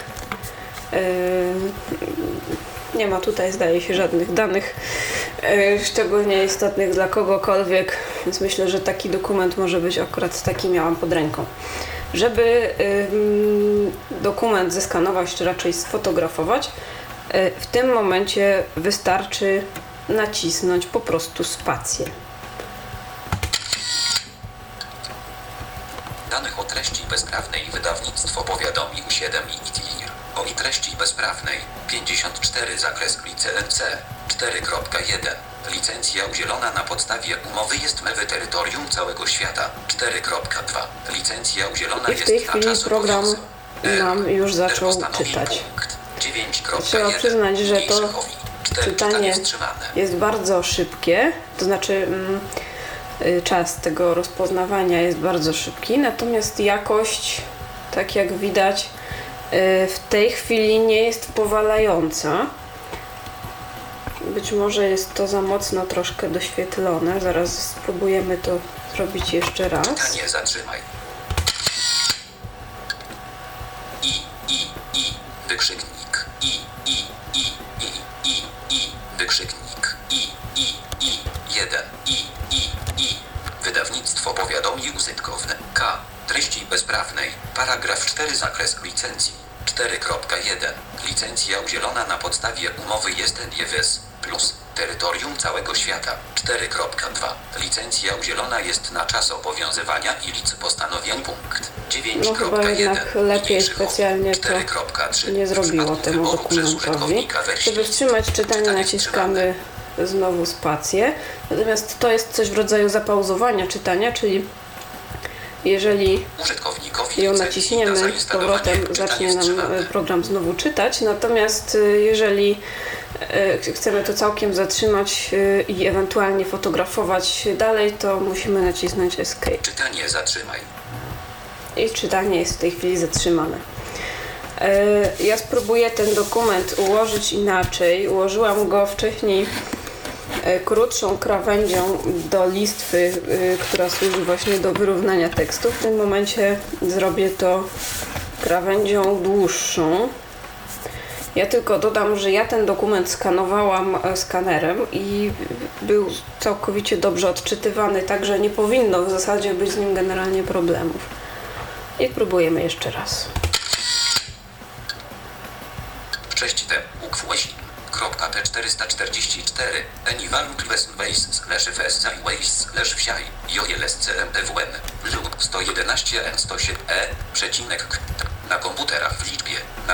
[SPEAKER 3] Nie ma tutaj, zdaje się, żadnych danych szczególnie istotnych dla kogokolwiek, więc myślę, że taki dokument może być akurat taki miałam pod ręką. Żeby dokument zeskanować, czy raczej sfotografować, w tym momencie wystarczy nacisnąć po prostu spację.
[SPEAKER 5] Danych o treści bezprawnej wydawnictwo powiadomi U7 i ITIR. O i treści bezprawnej 54 zakres licenc 4.1. Licencja udzielona na podstawie umowy jest w terytorium całego świata. 4.2. Licencja udzielona jest
[SPEAKER 3] w tej
[SPEAKER 5] na
[SPEAKER 3] chwili
[SPEAKER 5] czas
[SPEAKER 3] program nam już zaczął czytać. Trzeba przyznać, że to czytanie jest bardzo szybkie, to znaczy czas tego rozpoznawania jest bardzo szybki, natomiast jakość, tak jak widać, w tej chwili nie jest powalająca. Być może jest to za mocno troszkę doświetlone. Zaraz spróbujemy to zrobić jeszcze raz.
[SPEAKER 5] Czytanie zatrzymaj. Wykrzyknik. Wykrzyknik. 1. Wydawnictwo powiadomi użytkowne. K. Treści bezprawnej. Paragraf 4. Zakres licencji. 4.1. Licencja udzielona na podstawie umowy jest NDFS plus terytorium całego świata. 4.2. Licencja udzielona jest na czas obowiązywania i lic postanowień punkt 9.1.
[SPEAKER 3] Chyba jednak lepiej specjalnie to nie zrobiło temu dokumentowi. Żeby wstrzymać czytanie, naciskamy znowu spację. Natomiast to jest coś w rodzaju zapauzowania czytania, czyli jeżeli ją naciśniemy z powrotem, zacznie nam program znowu czytać. Natomiast jeżeli chcemy to całkiem zatrzymać i ewentualnie fotografować dalej, to musimy nacisnąć Escape.
[SPEAKER 5] Czytanie zatrzymaj.
[SPEAKER 3] I czytanie jest w tej chwili zatrzymane. Ja spróbuję ten dokument ułożyć inaczej. Ułożyłam go wcześniej krótszą krawędzią do listwy, która służy właśnie do wyrównania tekstu. W tym momencie zrobię to krawędzią dłuższą. Ja tylko dodam, że ja ten dokument skanowałam skanerem i był całkowicie dobrze odczytywany, także nie powinno w zasadzie być z nim generalnie problemów. I próbujemy jeszcze raz.
[SPEAKER 5] Cześć te P444 /ways/wsiaj JLSCMPWN lub 111 N107 na komputerach w liczbie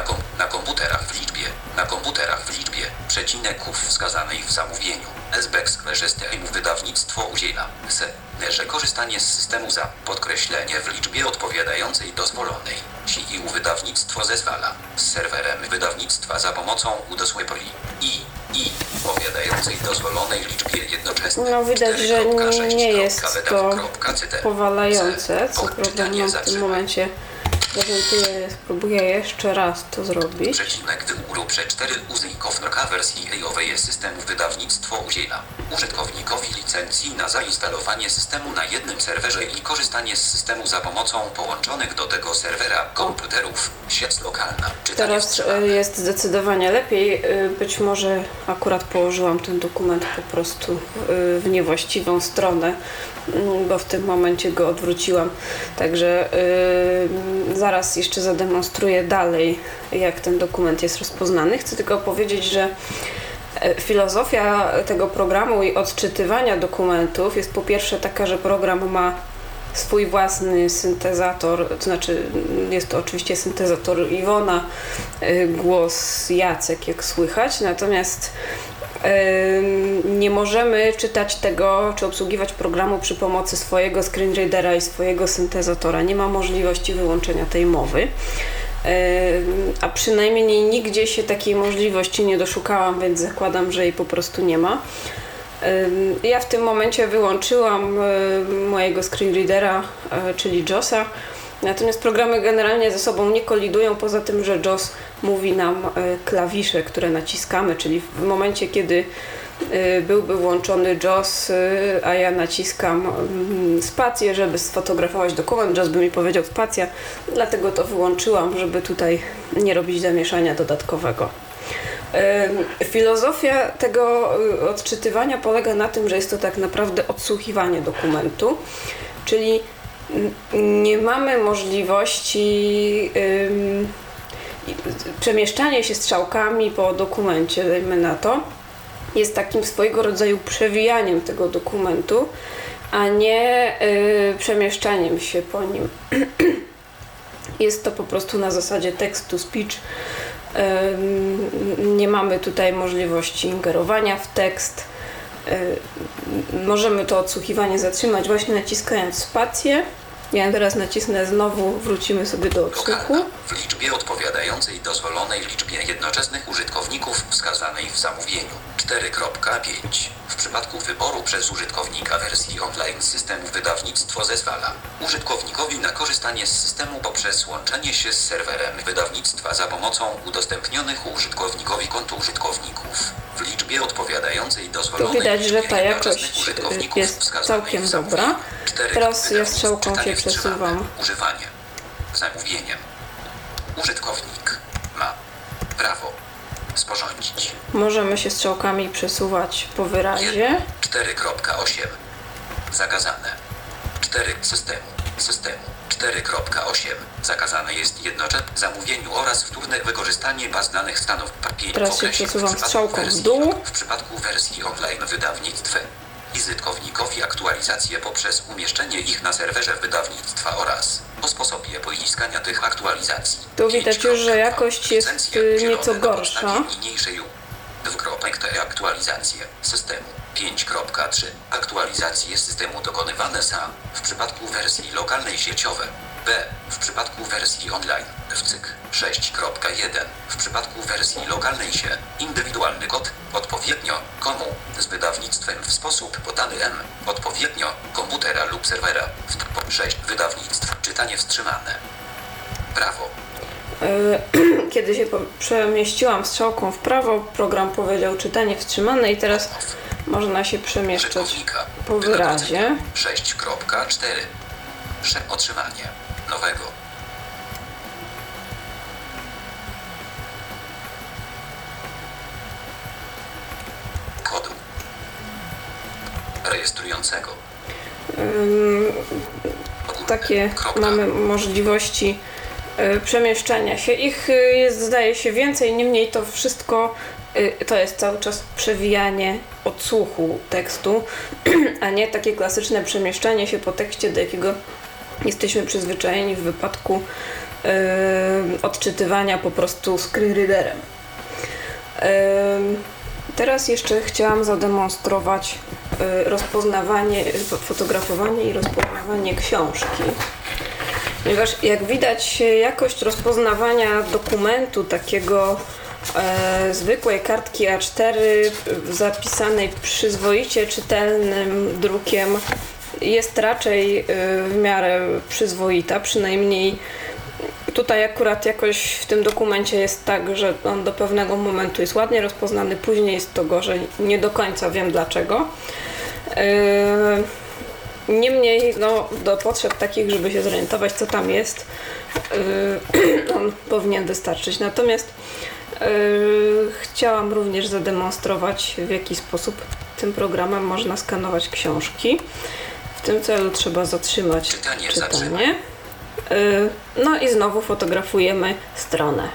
[SPEAKER 5] przecinek wskazanej w zamówieniu SBEX/STM wydawnictwo udziela że korzystanie z systemu za podkreślenie w liczbie odpowiadającej dozwolonej CIU wydawnictwo zezwala z serwerem wydawnictwa za pomocą udostępni odpowiadającej dozwolonej liczbie jednocześnie.
[SPEAKER 3] No widać, że nie jest to powalające, co program nam w tym momencie prezentuję. Spróbuję jeszcze raz to zrobić.
[SPEAKER 5] Przecinek wyboru prze4 użytkownika wersji EOwej systemu wydawnictwo udziela użytkownikowi licencji na zainstalowanie systemu na jednym serwerze i korzystanie z systemu za pomocą połączonych do tego serwera komputerów. Sieć lokalna.
[SPEAKER 3] Teraz jest zdecydowanie lepiej. Być może akurat położyłam ten dokument po prostu w niewłaściwą stronę, bo w tym momencie go odwróciłam. Także zaraz jeszcze zademonstruję dalej, jak ten dokument jest rozpoznany. Chcę tylko powiedzieć, że filozofia tego programu i odczytywania dokumentów jest po pierwsze taka, że program ma swój własny syntezator, to znaczy jest to oczywiście syntezator Iwona, głos Jacek, jak słychać, natomiast nie możemy czytać tego, czy obsługiwać programu przy pomocy swojego screenreadera i swojego syntezatora. Nie ma możliwości wyłączenia tej mowy. A przynajmniej nigdzie się takiej możliwości nie doszukałam, więc zakładam, że jej po prostu nie ma. Ja w tym momencie wyłączyłam mojego screenreadera, czyli JAWSa, natomiast programy generalnie ze sobą nie kolidują, poza tym, że JAWS mówi nam klawisze, które naciskamy, czyli w momencie, kiedy byłby włączony JAWS, a ja naciskam spację, żeby sfotografować dokument, JAWS by mi powiedział spacja, dlatego to wyłączyłam, żeby tutaj nie robić zamieszania dodatkowego. Filozofia tego odczytywania polega na tym, że jest to tak naprawdę odsłuchiwanie dokumentu, czyli nie mamy możliwości przemieszczanie się strzałkami po dokumencie, dajmy na to, jest takim swojego rodzaju przewijaniem tego dokumentu, a nie przemieszczaniem się po nim. Jest to po prostu na zasadzie text to speech. Nie mamy tutaj możliwości ingerowania w tekst. Możemy to odsłuchiwanie zatrzymać właśnie naciskając spację Ja teraz nacisnę znowu, wrócimy sobie do odsłuchu.
[SPEAKER 5] Lokalna w liczbie odpowiadającej dozwolonej liczbie jednoczesnych użytkowników wskazanej w zamówieniu. 4.5. W przypadku wyboru przez użytkownika wersji online systemu wydawnictwo zezwala użytkownikowi na korzystanie z systemu poprzez łączenie się z serwerem wydawnictwa za pomocą udostępnionych użytkownikowi kont użytkowników. W liczbie odpowiadającej dozwolonej
[SPEAKER 3] Tu widać, że ta
[SPEAKER 5] jednoczesnych
[SPEAKER 3] jakość
[SPEAKER 5] użytkowników
[SPEAKER 3] jest
[SPEAKER 5] wskazanej
[SPEAKER 3] całkiem
[SPEAKER 5] w
[SPEAKER 3] dobra.
[SPEAKER 5] zamówieniu. 4.
[SPEAKER 3] Teraz ja strzałką się
[SPEAKER 5] Czytanie wstrzymane.
[SPEAKER 3] przesuwam.
[SPEAKER 5] Używanie. Zamówieniem. Użytkownik ma prawo sporządzić.
[SPEAKER 3] Możemy się strzałkami przesuwać po wyrazie.
[SPEAKER 5] 4.8. Zakazane. 4. Systemu. 4.8. Zakazane jest jednoczesne zamówieniu oraz wtórne wykorzystanie baz danych stanów 5.
[SPEAKER 3] Teraz się przesuwam strzałką w dół.
[SPEAKER 5] W przypadku wersji online wydawnictwa użytkownikowi aktualizacje poprzez umieszczenie ich na serwerze wydawnictwa oraz o sposobie pozyskania tych aktualizacji.
[SPEAKER 3] Tu widać już, że jakość jest nieco gorsza.
[SPEAKER 5] Aktualizacje systemu 5.3. Aktualizacje systemu dokonywane są w przypadku wersji lokalnej sieciowej. B. W przypadku wersji online w cykl 6.1. W przypadku wersji lokalnej się indywidualny kod odpowiednio komu z wydawnictwem w sposób podany M odpowiednio komputera lub serwera. 6. Wydawnictw. Czytanie wstrzymane. Prawo.
[SPEAKER 3] Kiedy się przemieściłam strzałką w prawo, program powiedział czytanie wstrzymane i teraz można się przemieszczać po wyrazie.
[SPEAKER 5] 6.4. Otrzymanie nowego kodu rejestrującego.
[SPEAKER 3] Takie mamy możliwości przemieszczania się. Ich jest, zdaje się, więcej, niemniej to wszystko to jest cały czas przewijanie odsłuchu tekstu, a nie takie klasyczne przemieszczanie się po tekście, do jakiego jesteśmy przyzwyczajeni w wypadku odczytywania po prostu screenreaderem. Teraz jeszcze chciałam zademonstrować rozpoznawanie, fotografowanie i rozpoznawanie książki. Ponieważ jak widać, jakość rozpoznawania dokumentu takiego zwykłej kartki A4 zapisanej przyzwoicie czytelnym drukiem jest raczej w miarę przyzwoita, przynajmniej tutaj akurat jakoś w tym dokumencie jest tak, że on do pewnego momentu jest ładnie rozpoznany, później jest to gorzej, nie do końca wiem dlaczego. Niemniej do potrzeb takich, żeby się zorientować, co tam jest, on powinien wystarczyć. Natomiast chciałam również zademonstrować, w jaki sposób tym programem można skanować książki. W tym celu trzeba zatrzymać czytanie. No i znowu fotografujemy stronę.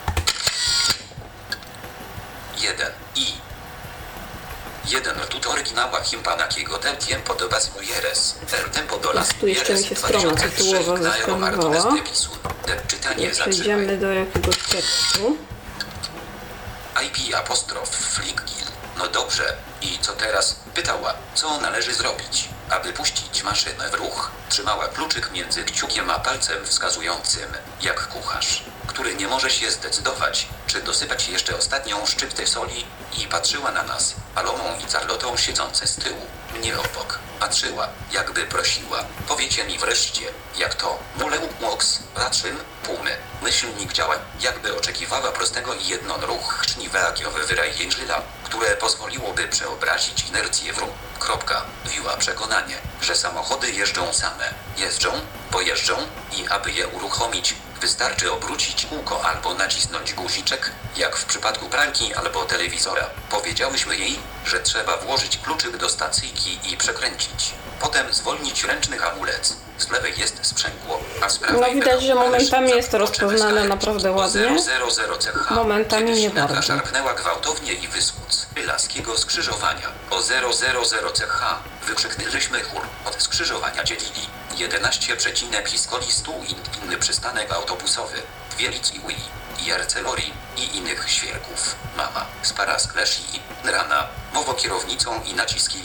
[SPEAKER 5] 1 rtut oryginała Himpanakiego del tiempo do bas mujeres. El tempo do las
[SPEAKER 3] Tu jeszcze mi się strona tytułowa zaskanowała. Przejdziemy do jakiegoś tekstu.
[SPEAKER 5] IP apostrof flickgil. No dobrze. I co teraz? Pytała, co należy zrobić, aby puścić maszynę w ruch. Trzymała kluczyk między kciukiem a palcem wskazującym, jak kucharz, który nie może się zdecydować, czy dosypać jeszcze ostatnią szczyptę soli, i patrzyła na nas, Palomą i Carlotą siedzące z tyłu, mnie obok. Patrzyła, jakby prosiła, powiecie mi wreszcie, jak to, mule mox, raczym, pumy. Myślnik działa, jakby oczekiwała prostego i ruch chrzniweakiowy wyrajężyla, które pozwoliłoby przeobrazić inercję w ruch. Wiła przekonanie, że samochody jeżdżą same. Jeżdżą, bo jeżdżą i aby je uruchomić, wystarczy obrócić kółko albo nacisnąć guziczek, jak w przypadku pralki albo telewizora. Powiedziałyśmy jej, że trzeba włożyć kluczyk do stacyjki i przekręcić. Potem zwolnić ręczny hamulec. Z lewej jest sprzęgło, a z prawej...
[SPEAKER 3] No widać, że momentami jest to rozpoznane naprawdę ładnie. Momentami nie bardzo.
[SPEAKER 5] Szarpnęła gwałtownie i wysłuc laskiego skrzyżowania. O 000 CH wykrzyknęliśmy chór. Od skrzyżowania dzielili 11, Piskolistów inny przystanek autobusowy, Wielic i Ui, i Arcelori, i innych świerków. Mama, spara skleszy i rana, mowo kierownicą i naciski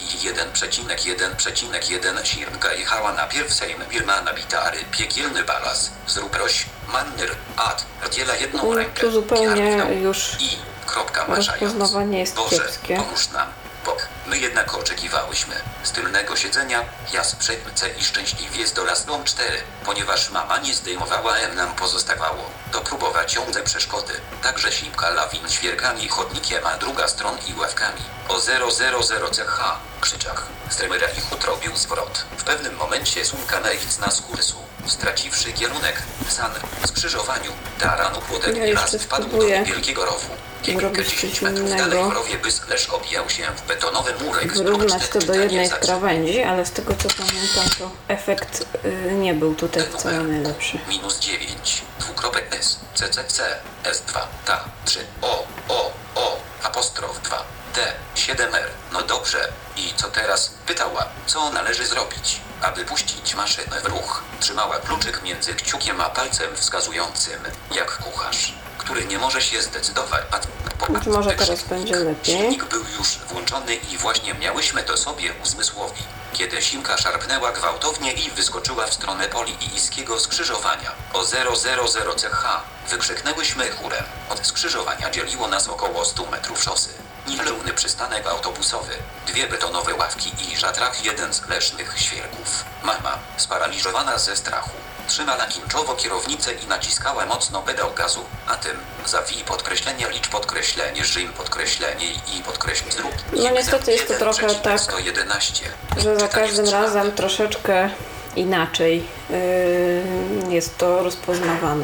[SPEAKER 5] 1,1,1 Sirnka jechała na pierwszej Birma na bitary, piekielny balas, zrób roś, mannyr, ad, rdziela jedną rękę,
[SPEAKER 3] Tu zupełnie już
[SPEAKER 5] i kropka marzając.
[SPEAKER 3] rozpoznawanie jest
[SPEAKER 5] Boże,
[SPEAKER 3] kiepskie.
[SPEAKER 5] pomóż nam. Bok. My jednak oczekiwałyśmy z tylnego siedzenia, ja z przedce i szczęśliwie z dolasną 4, ponieważ mama nie zdejmowała, nam pozostawało dopróbować ją ze przeszkody. Także ślipka lawin świerkami, chodnikiem, a druga stron i ławkami. O 000 CH, krzyczach. Stremera i chód robił zwrot. W pewnym momencie słonka na z kursu, straciwszy kierunek, san, skrzyżowaniu, taranu płotek
[SPEAKER 3] Ja
[SPEAKER 5] i raz
[SPEAKER 3] jeszcze
[SPEAKER 5] wpadł do
[SPEAKER 3] spróbuję
[SPEAKER 5] niewielkiego rowu.
[SPEAKER 3] zrobić coś
[SPEAKER 5] Kilkadziesiąt metrów dalej
[SPEAKER 3] innego.
[SPEAKER 5] w rowie bysklerz obijał się w betonowy murek.
[SPEAKER 3] Wyrównać to do
[SPEAKER 5] Pytanie
[SPEAKER 3] jednej
[SPEAKER 5] zaczyna.
[SPEAKER 3] krawędzi, ale z tego co pamiętam, to efekt nie był tutaj wcale najlepszy.
[SPEAKER 5] -9, S, CCC, S2, ta, 3, O, apostrof 2, D, 7R. No dobrze, i co teraz? Pytała, co należy zrobić, aby puścić maszynę w ruch. Trzymała kluczyk między kciukiem a palcem wskazującym, jak kucharz, który nie może się zdecydować.
[SPEAKER 3] Być może teraz będzie lepiej.
[SPEAKER 5] Silnik był już włączony i właśnie miałyśmy to sobie uzmysłowi, kiedy Simka szarpnęła gwałtownie i wyskoczyła w stronę Poli i Iskiego skrzyżowania. O 000 CH, wykrzyknęłyśmy chórem. Od skrzyżowania dzieliło nas około 100 metrów szosy. Niepełny przystanek autobusowy, 2 betonowe ławki i żatrach, jeden z lesznych świerków. Mama, sparaliżowana ze strachu, trzymała inczowo kierownicę i naciskała mocno pedał gazu, a tym zawij podkreślenie licz podkreślenie Rzym podkreślenie i podkreślenie zrób.
[SPEAKER 3] No niestety jest to trochę tak,
[SPEAKER 5] 111.
[SPEAKER 3] że za
[SPEAKER 5] Czytanie
[SPEAKER 3] każdym
[SPEAKER 5] wstrzymane.
[SPEAKER 3] razem troszeczkę inaczej jest to rozpoznawane.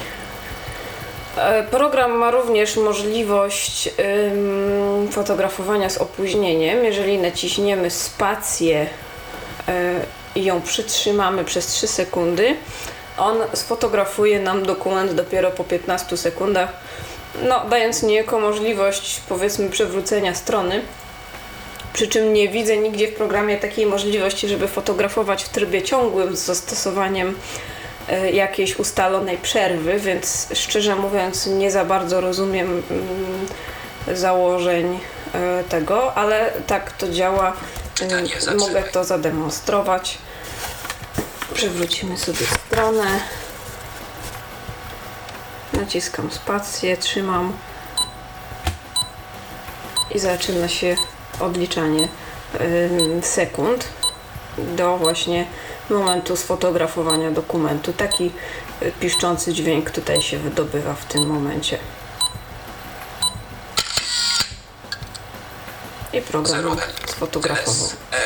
[SPEAKER 3] Program ma również możliwość fotografowania z opóźnieniem. Jeżeli naciśniemy spację i ją przytrzymamy przez 3 sekundy, on sfotografuje nam dokument dopiero po 15 sekundach, no, dając niejako możliwość, powiedzmy, przewrócenia strony. Przy czym nie widzę nigdzie w programie takiej możliwości, żeby fotografować w trybie ciągłym z zastosowaniem jakiejś ustalonej przerwy, więc szczerze mówiąc nie za bardzo rozumiem założeń tego, ale tak to działa. Mogę to zademonstrować. Przewrócimy sobie stronę. Naciskam spację, trzymam i zaczyna się odliczanie sekund do właśnie momentu sfotografowania dokumentu. Taki piszczący dźwięk tutaj się wydobywa w tym momencie. I program sfotografował.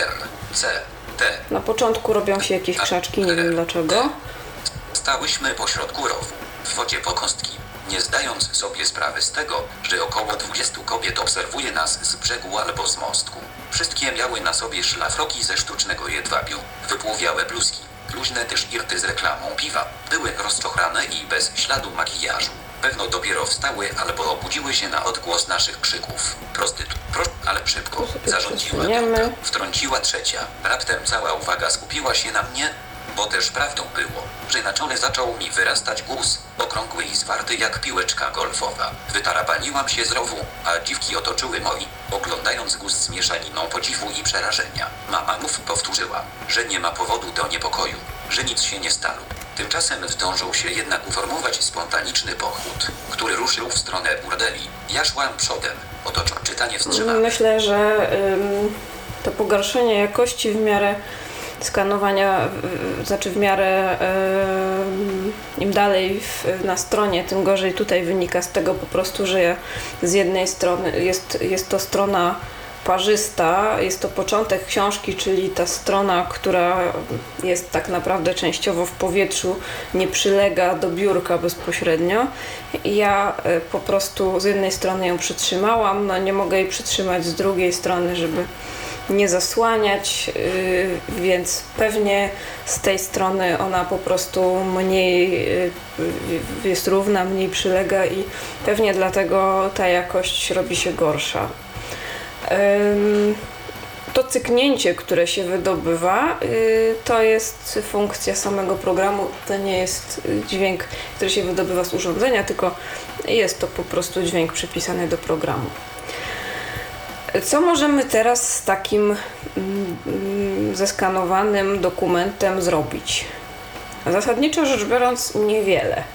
[SPEAKER 3] Na początku robią się jakieś krzaczki, nie wiem dlaczego.
[SPEAKER 5] Stałyśmy pośrodku rowu, w wodzie po kostki, nie zdając sobie sprawy z tego, że około 20 kobiet obserwuje nas z brzegu albo z mostku. Wszystkie miały na sobie szlafroki ze sztucznego jedwabiu, wypłowiałe bluzki, luźne t-shirty z reklamą piwa, były rozczochrane i bez śladu makijażu. Pewno dopiero wstały albo obudziły się na odgłos naszych krzyków. Ale szybko, zarządziła druga, wtrąciła trzecia. Raptem cała uwaga skupiła się na mnie, bo też prawdą było, że na czole zaczął mi wyrastać guz, okrągły i zwarty jak piłeczka golfowa. Wytarabaniłam się z rowu, a dziwki otoczyły moi, oglądając guz z mieszaniną podziwu i przerażenia. Mama mów powtórzyła, że nie ma powodu do niepokoju, że nic się nie stało. Tymczasem zdążył się jednak uformować spontaniczny pochód, który ruszył w stronę burdeli. Ja szłam przodem, czytanie wstrzymane.
[SPEAKER 3] Myślę, że to pogorszenie jakości w miarę skanowania, znaczy w miarę im dalej na stronie, tym gorzej tutaj wynika z tego po prostu, że ja z jednej strony jest to strona parzysta, jest to początek książki, czyli ta strona, która jest tak naprawdę częściowo w powietrzu, nie przylega do biurka bezpośrednio. I ja po prostu z jednej strony ją przytrzymałam, no nie mogę jej przytrzymać z drugiej strony, żeby nie zasłaniać, więc pewnie z tej strony ona po prostu mniej jest równa, mniej przylega i pewnie dlatego ta jakość robi się gorsza. To cyknięcie, które się wydobywa, to jest funkcja samego programu. To nie jest dźwięk, który się wydobywa z urządzenia, tylko jest to po prostu dźwięk przypisany do programu. Co możemy teraz z takim zeskanowanym dokumentem zrobić? Zasadniczo rzecz biorąc, niewiele.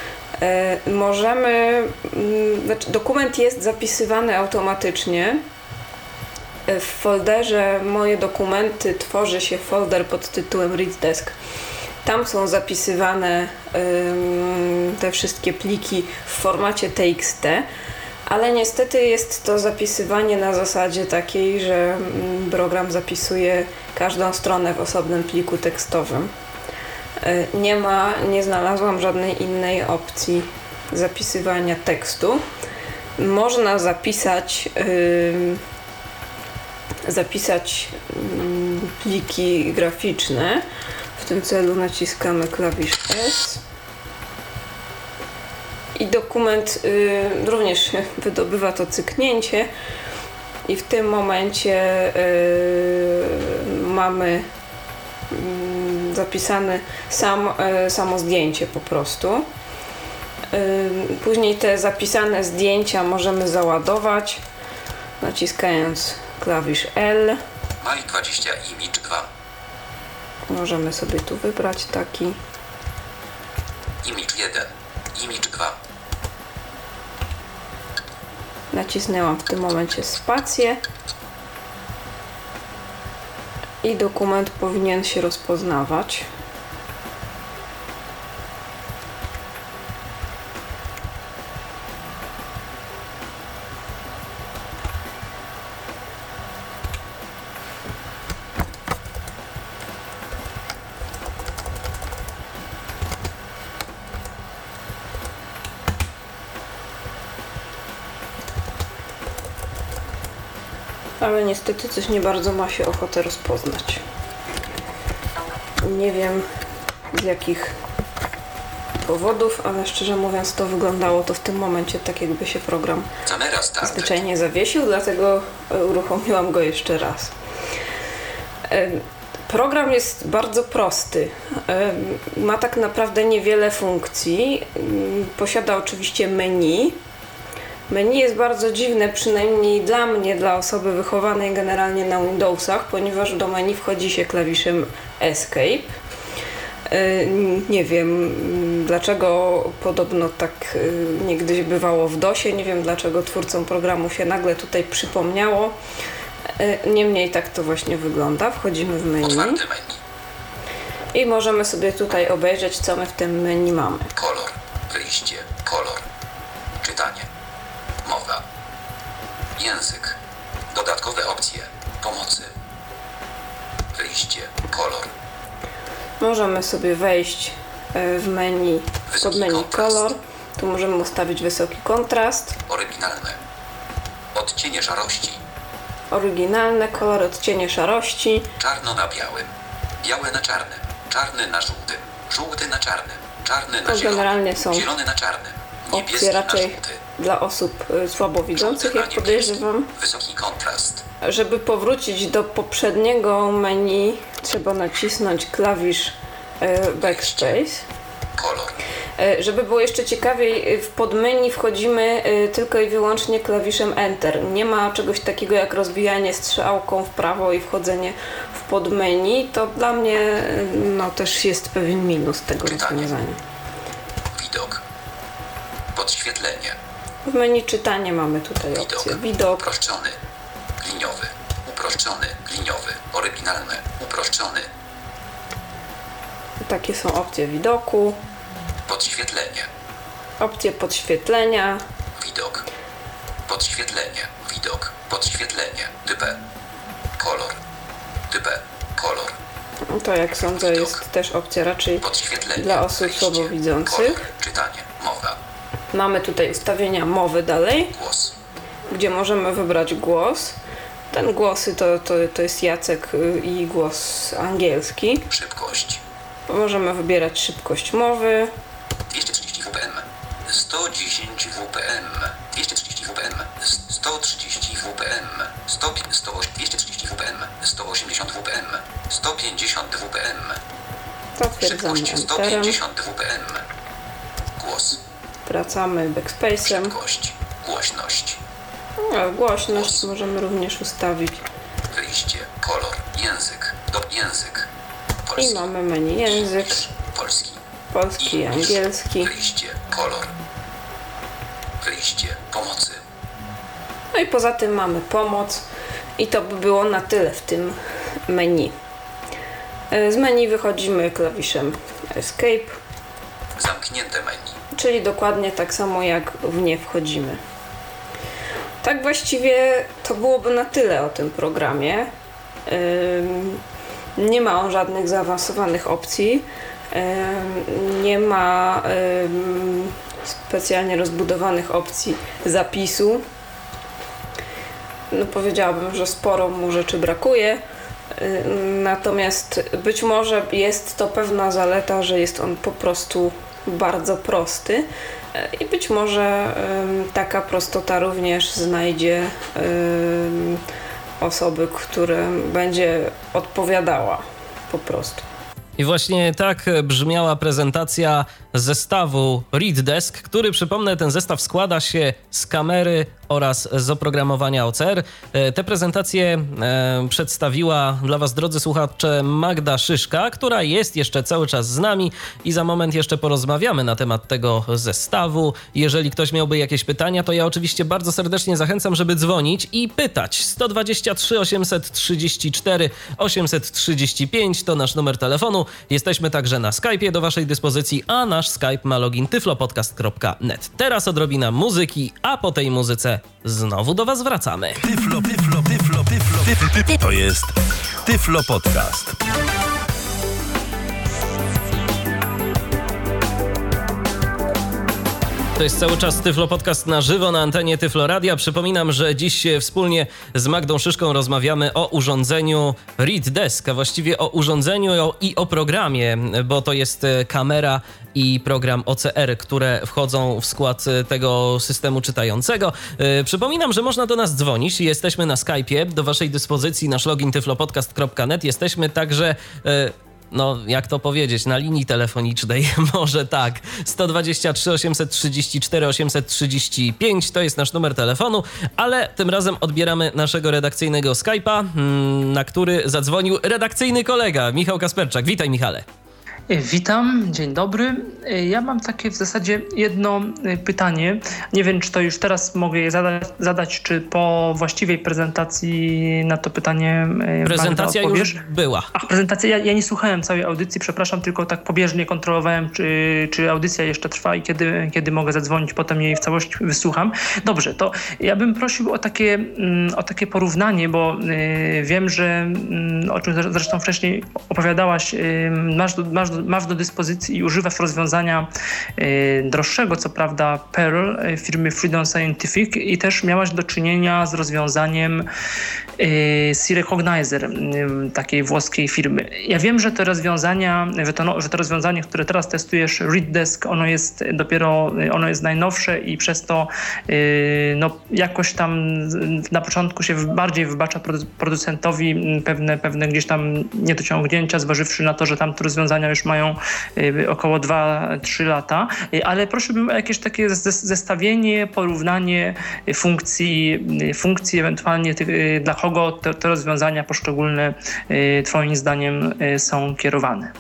[SPEAKER 3] Dokument jest zapisywany automatycznie. W folderze Moje dokumenty tworzy się folder pod tytułem ReadDesk. Tam są zapisywane te wszystkie pliki w formacie TXT, ale niestety jest to zapisywanie na zasadzie takiej, że program zapisuje każdą stronę w osobnym pliku tekstowym. Nie znalazłam żadnej innej opcji zapisywania tekstu. Można zapisać pliki graficzne. W tym celu naciskamy klawisz S i dokument również wydobywa to cyknięcie i w tym momencie mamy zapisane samo zdjęcie po prostu. Później te zapisane zdjęcia możemy załadować naciskając klawisz L.
[SPEAKER 5] Maj 20 Image 2.
[SPEAKER 3] Możemy sobie tu wybrać taki.
[SPEAKER 5] Image 1. Image 2.
[SPEAKER 3] Nacisnęłam w tym momencie spację i dokument powinien się rozpoznawać. Ale niestety coś nie bardzo ma się ochotę rozpoznać. Nie wiem z jakich powodów, ale szczerze mówiąc to wyglądało to w tym momencie tak, jakby się program zwyczajnie zawiesił, dlatego uruchomiłam go jeszcze raz. Program jest bardzo prosty. Ma tak naprawdę niewiele funkcji. Posiada oczywiście menu. Menu jest bardzo dziwne, przynajmniej dla mnie, dla osoby wychowanej generalnie na Windowsach, ponieważ do menu wchodzi się klawiszem Escape. Nie wiem dlaczego, podobno tak niegdyś bywało w DOSie, nie wiem dlaczego twórcom programu się nagle tutaj przypomniało. Niemniej tak to właśnie wygląda. Wchodzimy w menu i możemy sobie tutaj obejrzeć, co my w tym menu mamy.
[SPEAKER 5] Kolor, wyjście, kolor, czytanie, mowa, język, dodatkowe opcje, pomocy, wyjście, kolor.
[SPEAKER 3] Możemy sobie wejść w menu, pod menu kolor. Tu możemy ustawić wysoki kontrast.
[SPEAKER 5] Oryginalne, odcienie szarości.
[SPEAKER 3] Oryginalne, kolor, odcienie szarości.
[SPEAKER 5] Czarno na białym, białe na czarnym, czarny na żółtym, żółty na czarnym, czarny na
[SPEAKER 3] To generalnie są
[SPEAKER 5] zielony na czarnym, niebieski
[SPEAKER 3] opcje raczej
[SPEAKER 5] na żółty.
[SPEAKER 3] dla osób słabowidzących, jak podejrzewam.
[SPEAKER 5] Wysoki kontrast.
[SPEAKER 3] Żeby powrócić do poprzedniego menu, trzeba nacisnąć klawisz Backspace.
[SPEAKER 5] Kolor.
[SPEAKER 3] Żeby było jeszcze ciekawiej, w podmenu wchodzimy tylko i wyłącznie klawiszem Enter. Nie ma czegoś takiego jak rozwijanie strzałką w prawo i wchodzenie w podmenu. To dla mnie też jest pewien minus tego rozwiązania.
[SPEAKER 5] Widok. Podświetlenie.
[SPEAKER 3] W menu czytanie mamy tutaj opcję widok.
[SPEAKER 5] Uproszczony. Liniowy. Uproszczony. Liniowy. Oryginalny. Uproszczony.
[SPEAKER 3] Takie są opcje widoku.
[SPEAKER 5] Podświetlenie.
[SPEAKER 3] Opcje podświetlenia.
[SPEAKER 5] Widok. Podświetlenie. Widok. Podświetlenie. Typ. Kolor. Typ. Kolor.
[SPEAKER 3] To jak sądzę jest też opcja raczej dla osób słabowidzących.
[SPEAKER 5] Kolor. Czytanie. Mowa.
[SPEAKER 3] Mamy tutaj ustawienia mowy dalej.
[SPEAKER 5] Głos.
[SPEAKER 3] Gdzie możemy wybrać głos. Ten głosy to jest Jacek i głos angielski.
[SPEAKER 5] Szybkość.
[SPEAKER 3] Możemy wybierać szybkość mowy.
[SPEAKER 5] 230 WPM. 110 WPM, 230 WPM, 130 WPM, 230 WPM, 180 WPM, 150 WPM.
[SPEAKER 3] Potwierdzamy
[SPEAKER 5] Szybkość
[SPEAKER 3] enterem.
[SPEAKER 5] 150 WPM. Głos.
[SPEAKER 3] Wracamy backspace'em.
[SPEAKER 5] Szybkość. Głośność.
[SPEAKER 3] Głośność możemy również ustawić.
[SPEAKER 5] Wyjście. Kolor. Język. Język.
[SPEAKER 3] I
[SPEAKER 5] Polski.
[SPEAKER 3] mamy menu język.
[SPEAKER 5] Polski.
[SPEAKER 3] Polski i angielski.
[SPEAKER 5] Wyjście. Kolor. Wyjście. Pomocy.
[SPEAKER 3] No i poza tym mamy pomoc. I to by było na tyle w tym menu. Z menu wychodzimy klawiszem Escape,
[SPEAKER 5] Zamknięte menu.
[SPEAKER 3] czyli dokładnie tak samo jak w nie wchodzimy. Tak właściwie to byłoby na tyle o tym programie. Nie ma on żadnych zaawansowanych opcji. Nie ma specjalnie rozbudowanych opcji zapisu. No powiedziałabym, że sporo mu rzeczy brakuje. Natomiast być może jest to pewna zaleta, że jest on po prostu bardzo prosty i być może taka prostota również znajdzie osoby, którym będzie odpowiadała po prostu.
[SPEAKER 2] I właśnie tak brzmiała prezentacja zestawu ReadDesk, który, przypomnę, ten zestaw składa się z kamery oraz z oprogramowania OCR. Tę prezentację przedstawiła dla Was, drodzy słuchacze, Magda Szyszka, która jest jeszcze cały czas z nami i za moment jeszcze porozmawiamy na temat tego zestawu. Jeżeli ktoś miałby jakieś pytania, to ja oczywiście bardzo serdecznie zachęcam, żeby dzwonić i pytać. 123 834 835 to nasz numer telefonu. Jesteśmy także na Skype'ie do Waszej dyspozycji, a nasz Skype ma login tyflopodcast.net. Teraz odrobina muzyki, a po tej muzyce znowu do Was wracamy.
[SPEAKER 1] Tyflo. To jest Tyflo Podcast.
[SPEAKER 2] To jest cały czas Tyflo Podcast na żywo na antenie Tyflo Radia. Przypominam, że dziś wspólnie z Magdą Szyszką rozmawiamy o urządzeniu ReadDesk, a właściwie o urządzeniu i o programie, bo to jest kamera i program OCR, które wchodzą w skład tego systemu czytającego. Przypominam, że można do nas dzwonić. Jesteśmy na Skype'ie, do Waszej dyspozycji nasz login tyflopodcast.net. Jesteśmy także... no, jak to powiedzieć, na linii telefonicznej, może tak, 123 834 835 to jest nasz numer telefonu, ale tym razem odbieramy naszego redakcyjnego Skype'a, na który zadzwonił redakcyjny kolega, Michał Kasperczak. Witaj, Michale.
[SPEAKER 6] Witam, dzień dobry. Ja mam takie w zasadzie jedno pytanie. Nie wiem, czy to już teraz mogę je zadać, czy po właściwej prezentacji na to pytanie
[SPEAKER 2] Prezentacja już była.
[SPEAKER 6] Ach, prezentacja, ja nie słuchałem całej audycji, przepraszam, tylko tak pobieżnie kontrolowałem, czy audycja jeszcze trwa i kiedy mogę zadzwonić, potem jej w całości wysłucham. Dobrze, to ja bym prosił o takie porównanie, bo wiem, że o czym zresztą wcześniej opowiadałaś, masz do dyspozycji i używasz rozwiązania droższego, co prawda Perl firmy Freedom Scientific i też miałaś do czynienia z rozwiązaniem C-Recognizer takiej włoskiej firmy. Ja wiem, że te rozwiązania, że to rozwiązanie, które teraz testujesz, ReadDesk, ono jest najnowsze i przez to jakoś tam na początku się bardziej wybacza producentowi pewne gdzieś tam niedociągnięcia, zważywszy na to, że tamte rozwiązania już mają około 2-3 lata, ale prosiłbym o jakieś takie zestawienie, porównanie funkcji ewentualnie dla kogo te rozwiązania poszczególne twoim zdaniem są kierowane.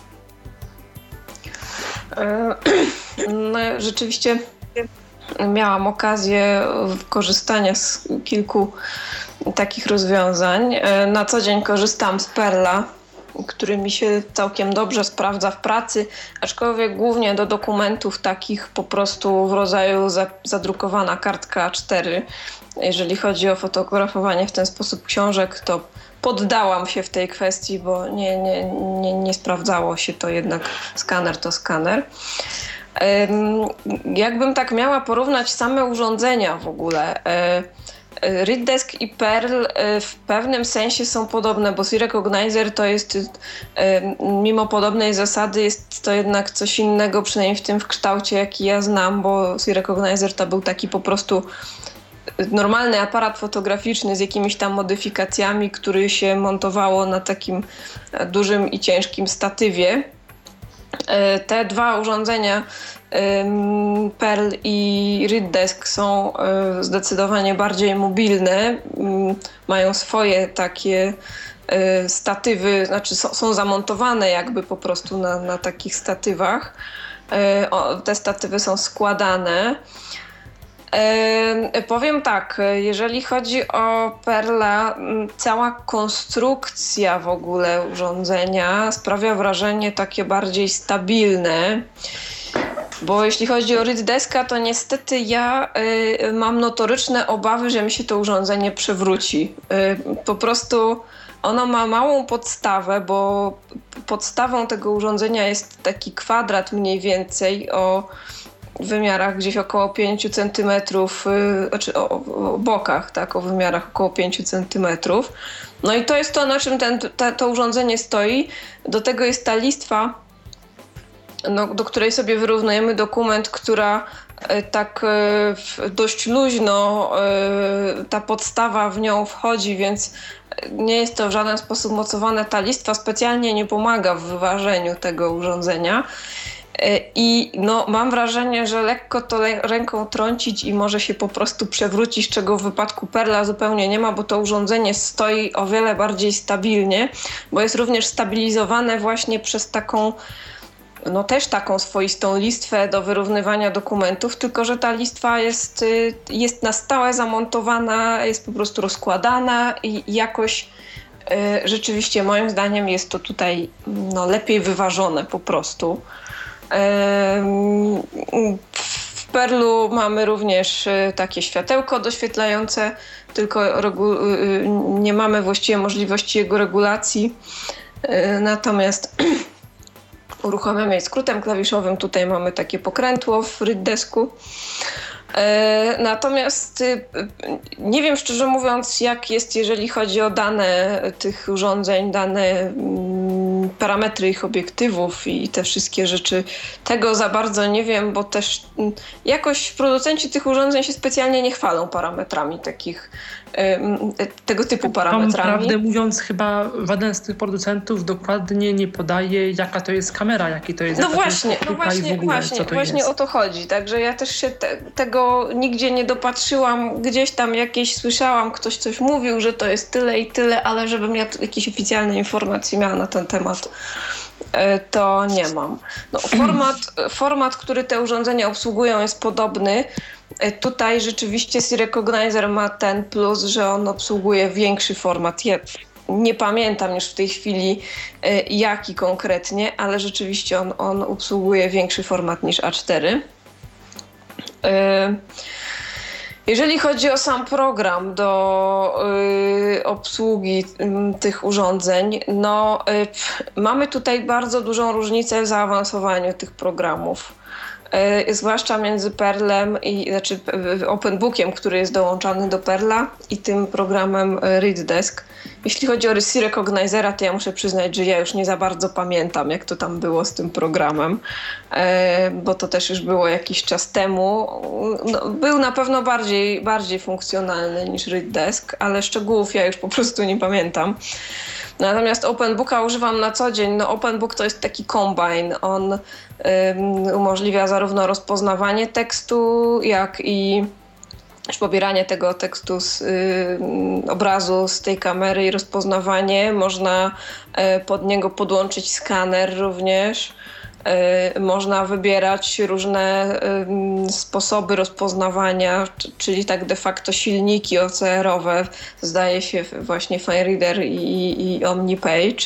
[SPEAKER 3] No, rzeczywiście miałam okazję korzystania z kilku takich rozwiązań. Na co dzień korzystam z Perla, który mi się całkiem dobrze sprawdza w pracy, aczkolwiek głównie do dokumentów takich po prostu w rodzaju zadrukowana kartka A4. Jeżeli chodzi o fotografowanie w ten sposób książek, to poddałam się w tej kwestii, bo nie sprawdzało się to jednak, skaner to skaner. Jakbym tak miała porównać same urządzenia w ogóle, ReadDesk i Perl w pewnym sensie są podobne, bo C-Recognizer to jest, mimo podobnej zasady, jest to jednak coś innego, przynajmniej w tym kształcie, jaki ja znam, bo C-Recognizer to był taki po prostu normalny aparat fotograficzny z jakimiś tam modyfikacjami, który się montowało na takim dużym i ciężkim statywie. Te dwa urządzenia, Perl i ReadDesk, są zdecydowanie bardziej mobilne, mają swoje takie statywy, znaczy są zamontowane jakby po prostu na takich statywach. Te statywy są składane. Powiem tak, jeżeli chodzi o Perla, cała konstrukcja w ogóle urządzenia sprawia wrażenie takie bardziej stabilne, bo jeśli chodzi o ReadDeska, to niestety ja mam notoryczne obawy, że mi się to urządzenie przewróci. Po prostu ono ma małą podstawę, bo podstawą tego urządzenia jest taki kwadrat mniej więcej o wymiarach gdzieś około 5 cm, znaczy o bokach, tak, o wymiarach około 5 cm. No i to jest to, na czym to urządzenie stoi. Do tego jest ta listwa, do której sobie wyrównujemy dokument, która tak dość luźno ta podstawa w nią wchodzi, więc nie jest to w żaden sposób mocowane. Ta listwa specjalnie nie pomaga w wyważeniu tego urządzenia. I mam wrażenie, że lekko to ręką trącić i może się po prostu przewrócić, czego w wypadku Perla zupełnie nie ma, bo to urządzenie stoi o wiele bardziej stabilnie, bo jest również stabilizowane właśnie przez taką, też taką swoistą listwę do wyrównywania dokumentów, tylko że ta listwa jest na stałe zamontowana, jest po prostu rozkładana i jakoś rzeczywiście moim zdaniem jest to tutaj lepiej wyważone po prostu. W Perlu mamy również takie światełko doświetlające, tylko nie mamy właściwie możliwości jego regulacji. Natomiast uruchamiamy je skrótem klawiszowym. Tutaj mamy takie pokrętło w ReadDesku. Natomiast nie wiem, szczerze mówiąc, jak jest, jeżeli chodzi o dane tych urządzeń, dane parametry ich obiektywów i te wszystkie rzeczy. Tego za bardzo nie wiem, bo też jakoś producenci tych urządzeń się specjalnie nie chwalą parametrami tego typu parametrami.
[SPEAKER 6] Prawdę mówiąc, chyba żaden z tych producentów dokładnie nie podaje, jaka to jest kamera, jaki to jest.
[SPEAKER 3] Właśnie o to chodzi. Także ja też się tego nigdzie nie dopatrzyłam. Gdzieś tam jakieś słyszałam, ktoś coś mówił, że to jest tyle i tyle, ale żebym ja jakieś oficjalne informacje miała na ten temat, to nie mam. Format, który te urządzenia obsługują, jest podobny. Tutaj rzeczywiście C-Recognizer ma ten plus, że on obsługuje większy format. Ja nie pamiętam już w tej chwili jaki konkretnie, ale rzeczywiście on obsługuje większy format niż A4. Jeżeli chodzi o sam program do obsługi tych urządzeń, mamy tutaj bardzo dużą różnicę w zaawansowaniu tych programów. Zwłaszcza między Perlem znaczy OpenBookiem, który jest dołączany do Perla, i tym programem ReadDesk. Jeśli chodzi o C-Recognizera, to ja muszę przyznać, że ja już nie za bardzo pamiętam, jak to tam było z tym programem, bo to też już było jakiś czas temu. Był na pewno bardziej funkcjonalny niż ReadDesk, ale szczegółów ja już po prostu nie pamiętam. Natomiast OpenBooka używam na co dzień. OpenBook to jest taki kombine. On umożliwia zarówno rozpoznawanie tekstu, jak i pobieranie tego tekstu z obrazu z tej kamery i rozpoznawanie. Można pod niego podłączyć skaner również. Można wybierać różne sposoby rozpoznawania, czyli tak de facto silniki OCR-owe, zdaje się właśnie FineReader i OmniPage.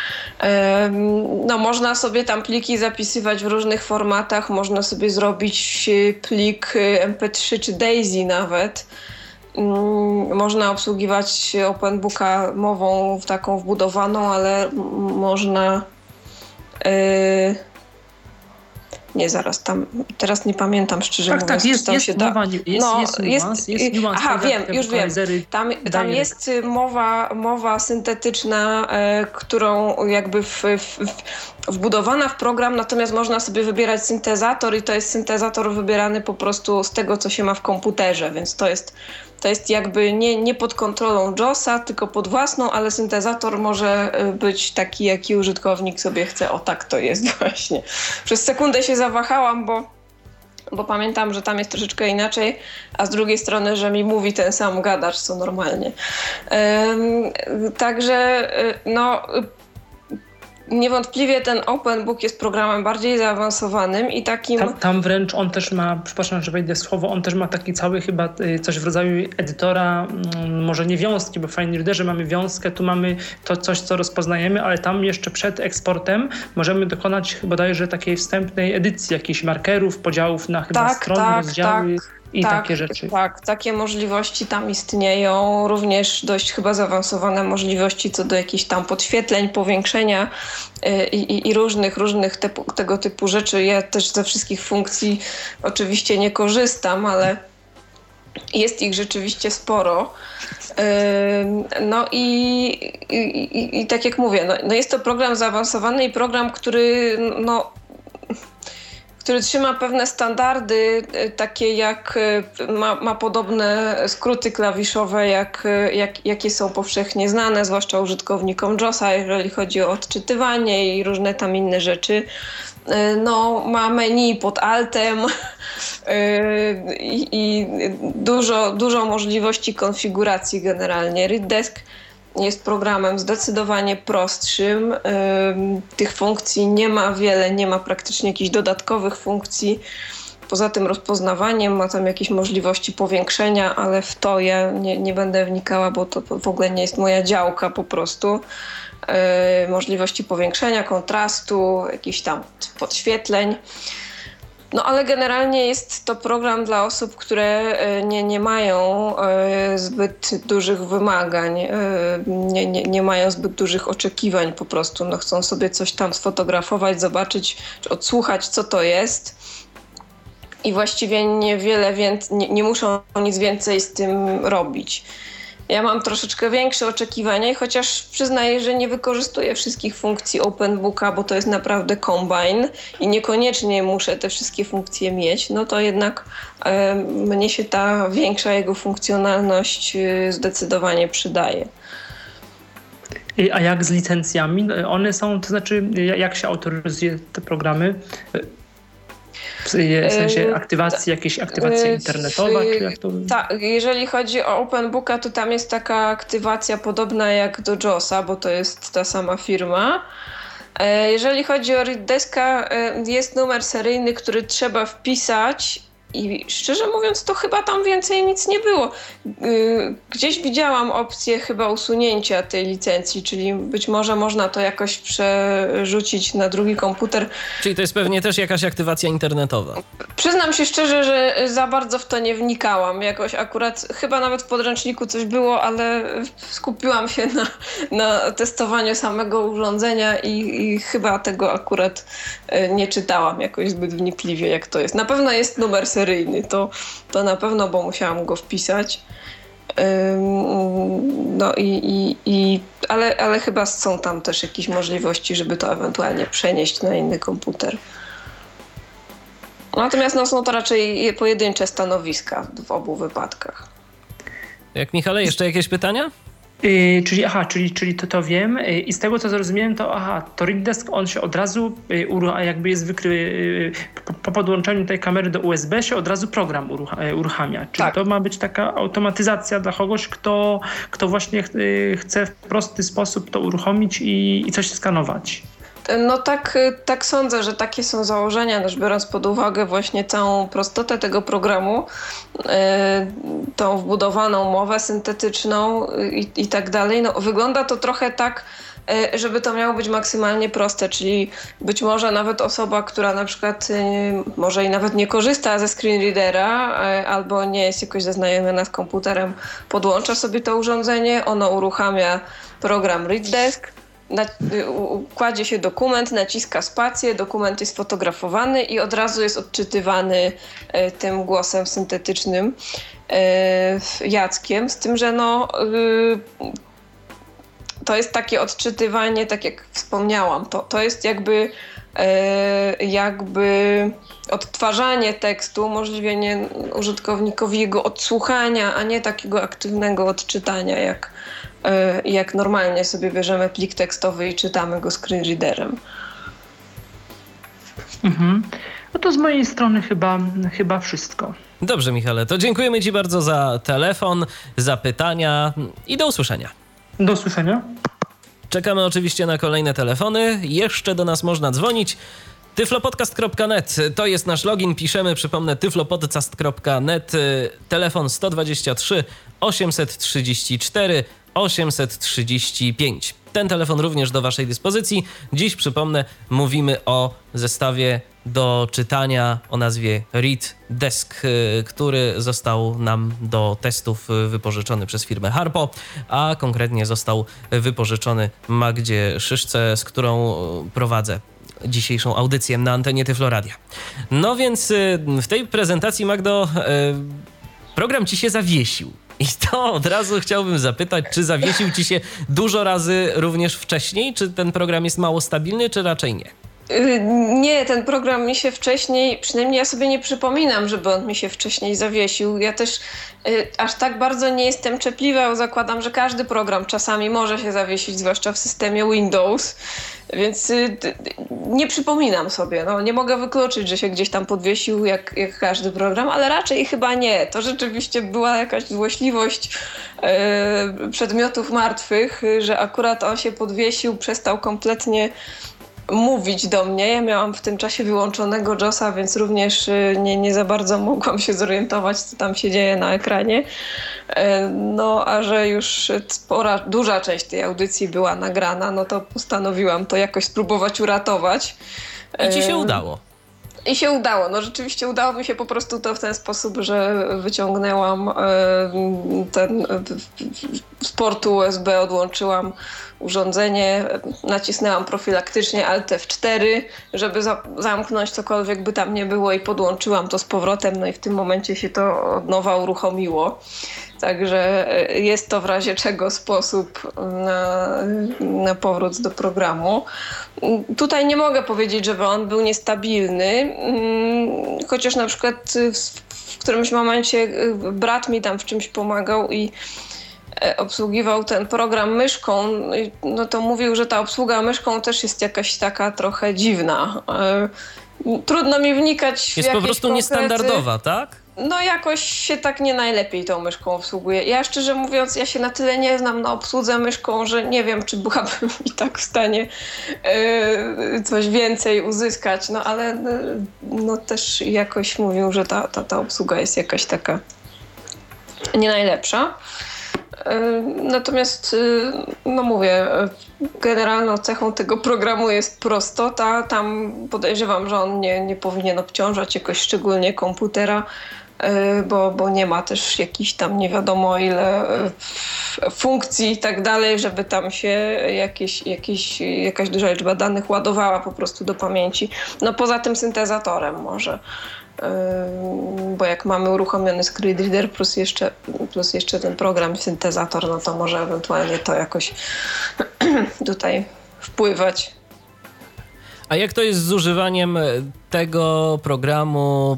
[SPEAKER 3] Można sobie tam pliki zapisywać w różnych formatach, można sobie zrobić plik MP3 czy DAISY nawet. Można obsługiwać OpenBooka mową taką wbudowaną, ale można Nie, zaraz tam, teraz nie pamiętam szczerze mówiąc.
[SPEAKER 6] Tak, jest niuans.
[SPEAKER 3] Aha, wiem, już wiem. Tam jest mowa syntetyczna, którą jakby wbudowana w program, natomiast można sobie wybierać syntezator i to jest syntezator wybierany po prostu z tego, co się ma w komputerze, więc to jest jakby nie pod kontrolą JAWS-a, tylko pod własną, ale syntezator może być taki, jaki użytkownik sobie chce. O, tak to jest właśnie. Przez sekundę się zawahałam, bo pamiętam, że tam jest troszeczkę inaczej, a z drugiej strony, że mi mówi ten sam gadacz, co normalnie. Także no... Niewątpliwie ten OpenBook jest programem bardziej zaawansowanym i takim...
[SPEAKER 6] Tam wręcz on też ma, przepraszam, że wejdę w słowo, on też ma taki cały chyba coś w rodzaju edytora, może nie wiązki, bo w Fine Readerze mamy wiązkę, tu mamy to coś, co rozpoznajemy, ale tam jeszcze przed eksportem możemy dokonać bodajże takiej wstępnej edycji jakichś markerów, podziałów na chyba strony, rozdziały. I takie rzeczy. Tak, takie możliwości tam istnieją. Również dość chyba zaawansowane możliwości co do jakichś tam podświetleń, powiększenia i różnych tego typu rzeczy. Ja też ze wszystkich funkcji oczywiście nie korzystam, ale jest ich rzeczywiście sporo. No i tak jak mówię, no jest to program zaawansowany i program, który trzyma pewne standardy, takie jak ma podobne skróty klawiszowe, jakie są powszechnie znane, zwłaszcza użytkownikom JAWS-a, jeżeli chodzi o odczytywanie i różne tam inne rzeczy. No, ma menu pod altem i dużo możliwości konfiguracji generalnie. ReadDesk jest programem zdecydowanie prostszym. Tych funkcji nie ma wiele, nie ma praktycznie jakichś dodatkowych funkcji. Poza tym rozpoznawaniem ma tam jakieś możliwości powiększenia, ale w to ja nie będę wnikała, bo to w ogóle nie jest moja działka po prostu. Możliwości powiększenia, kontrastu, jakichś tam podświetleń. No ale generalnie jest to program dla osób, które nie mają zbyt dużych wymagań, nie mają zbyt dużych oczekiwań po prostu. No, chcą sobie coś tam sfotografować, zobaczyć, czy odsłuchać, co to jest. I właściwie nie muszą nic więcej z tym robić. Ja mam troszeczkę większe oczekiwania i chociaż przyznaję, że nie wykorzystuję wszystkich funkcji OpenBooka, bo to jest naprawdę kombajn i niekoniecznie muszę te wszystkie funkcje mieć, no to jednak mnie się ta większa jego funkcjonalność zdecydowanie przydaje. A jak z licencjami? One są, to znaczy jak się autoryzuje te programy? W sensie aktywacja internetowa? Czy jak to...
[SPEAKER 3] Tak, jeżeli chodzi o OpenBooka, to tam jest taka aktywacja podobna jak do JAWS-a, bo to jest ta sama firma. Jeżeli chodzi o ReadDeska, jest numer seryjny, który trzeba wpisać i szczerze mówiąc, to chyba tam więcej nic nie było. Gdzieś widziałam opcję chyba usunięcia tej licencji, czyli być może można to jakoś przerzucić na drugi komputer.
[SPEAKER 2] Czyli to jest pewnie też jakaś aktywacja internetowa.
[SPEAKER 3] Przyznam się szczerze, że za bardzo w to nie wnikałam. Jakoś akurat, chyba nawet w podręczniku coś było, ale skupiłam się na testowaniu samego urządzenia i chyba tego akurat nie czytałam jakoś zbyt wnikliwie, jak to jest. Na pewno jest numer seryjny, to na pewno, bo musiałam go wpisać. No ale chyba są tam też jakieś możliwości, żeby to ewentualnie przenieść na inny komputer. Natomiast są to raczej pojedyncze stanowiska w obu wypadkach.
[SPEAKER 2] Jak Michale, jeszcze jakieś pytania?
[SPEAKER 6] Czyli to wiem i z tego co zrozumiałem to ReadDesk on się od razu jakby jest wykryty po podłączeniu tej kamery do USB się od razu program uruchamia. Czyli tak. To ma być taka automatyzacja dla kogoś, kto właśnie chce w prosty sposób to uruchomić i coś skanować.
[SPEAKER 3] No tak sądzę, że takie są założenia, też biorąc pod uwagę właśnie całą prostotę tego programu, tą wbudowaną mowę syntetyczną i tak dalej. No, wygląda to trochę tak, żeby to miało być maksymalnie proste, czyli być może nawet osoba, która na przykład może i nawet nie korzysta ze screenreadera albo nie jest jakoś zaznajomiona z komputerem, podłącza sobie to urządzenie, ono uruchamia program ReadDesk. kładzie się dokument, naciska spację, dokument jest fotografowany i od razu jest odczytywany tym głosem syntetycznym Jackiem, z tym, że to jest takie odczytywanie, tak jak wspomniałam, to jest jakby odtwarzanie tekstu, umożliwienie użytkownikowi jego odsłuchania, a nie takiego aktywnego odczytania, jak normalnie sobie bierzemy plik tekstowy i czytamy go screenreaderem.
[SPEAKER 6] No to z mojej strony chyba wszystko.
[SPEAKER 2] Dobrze, Michale, to dziękujemy Ci bardzo za telefon, za pytania i do usłyszenia.
[SPEAKER 6] Do usłyszenia.
[SPEAKER 2] Czekamy oczywiście na kolejne telefony. Jeszcze do nas można dzwonić. tyflopodcast.net to jest nasz login. Piszemy, przypomnę, tyflopodcast.net, telefon 123 834 835. Ten telefon również do Waszej dyspozycji. Dziś, przypomnę, mówimy o zestawie do czytania o nazwie Read Desk, który został nam do testów wypożyczony przez firmę Harpo, a konkretnie został wypożyczony Magdzie Szyszce, z którą prowadzę dzisiejszą audycję na antenie Tyflo Radia. No więc w tej prezentacji, Magdo, program Ci się zawiesił. I to od razu chciałbym zapytać, czy zawiesił Ci się dużo razy również wcześniej? Czy ten program jest mało stabilny, czy raczej nie?
[SPEAKER 3] Nie, ten program mi się wcześniej, przynajmniej ja sobie nie przypominam, żeby on mi się wcześniej zawiesił. Ja też aż tak bardzo nie jestem czepliwa, zakładam, że każdy program czasami może się zawiesić, zwłaszcza w systemie Windows, więc nie przypominam sobie. Nie mogę wykluczyć, że się gdzieś tam podwiesił jak każdy program, ale raczej chyba nie. To rzeczywiście była jakaś złośliwość przedmiotów martwych, że akurat on się podwiesił, przestał kompletnie mówić do mnie. Ja miałam w tym czasie wyłączonego JOS-a, więc również nie za bardzo mogłam się zorientować, co tam się dzieje na ekranie. A że już duża część tej audycji była nagrana, to postanowiłam to jakoś spróbować uratować.
[SPEAKER 2] I Ci się udało.
[SPEAKER 3] I się udało. Rzeczywiście udało mi się po prostu to w ten sposób, że wyciągnęłam z portu USB, odłączyłam urządzenie, nacisnęłam profilaktycznie Alt F4, żeby zamknąć cokolwiek by tam nie było i podłączyłam to z powrotem, i w tym momencie się to od nowa uruchomiło. Także jest to w razie czego sposób na powrót do programu. Tutaj nie mogę powiedzieć, żeby on był niestabilny, chociaż na przykład w którymś momencie brat mi tam w czymś pomagał i obsługiwał ten program myszką, to mówił, że ta obsługa myszką też jest jakaś taka trochę dziwna. Trudno mi wnikać w
[SPEAKER 2] jest po prostu niestandardowa, tak?
[SPEAKER 3] Jakoś się tak nie najlepiej tą myszką obsługuje. Ja szczerze mówiąc, ja się na tyle nie znam na obsłudze myszką, że nie wiem, czy byłabym i tak w stanie coś więcej uzyskać, ale też jakoś mówił, że ta obsługa jest jakaś taka nie najlepsza. Natomiast, mówię, generalną cechą tego programu jest prostota. Tam podejrzewam, że on nie powinien obciążać jakoś szczególnie komputera, bo nie ma też jakichś tam nie wiadomo ile funkcji i tak dalej, żeby tam się jakaś duża liczba danych ładowała po prostu do pamięci. Poza tym syntezatorem może. Bo jak mamy uruchomiony screenreader plus jeszcze ten program syntezator, to może ewentualnie to jakoś tutaj wpływać.
[SPEAKER 2] A jak to jest z używaniem tego programu,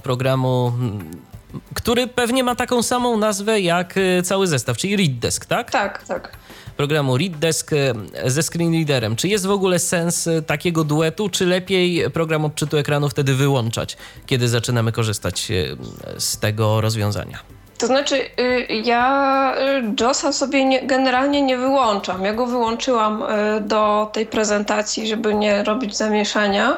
[SPEAKER 2] który pewnie ma taką samą nazwę jak cały zestaw, czyli Read Desk, tak?
[SPEAKER 3] Tak.
[SPEAKER 2] Programu Read Desk ze screenreaderem. Czy jest w ogóle sens takiego duetu, czy lepiej program odczytu ekranu wtedy wyłączać, kiedy zaczynamy korzystać z tego rozwiązania?
[SPEAKER 3] To znaczy, ja JOS-a sobie generalnie nie wyłączam. Ja go wyłączyłam do tej prezentacji, żeby nie robić zamieszania.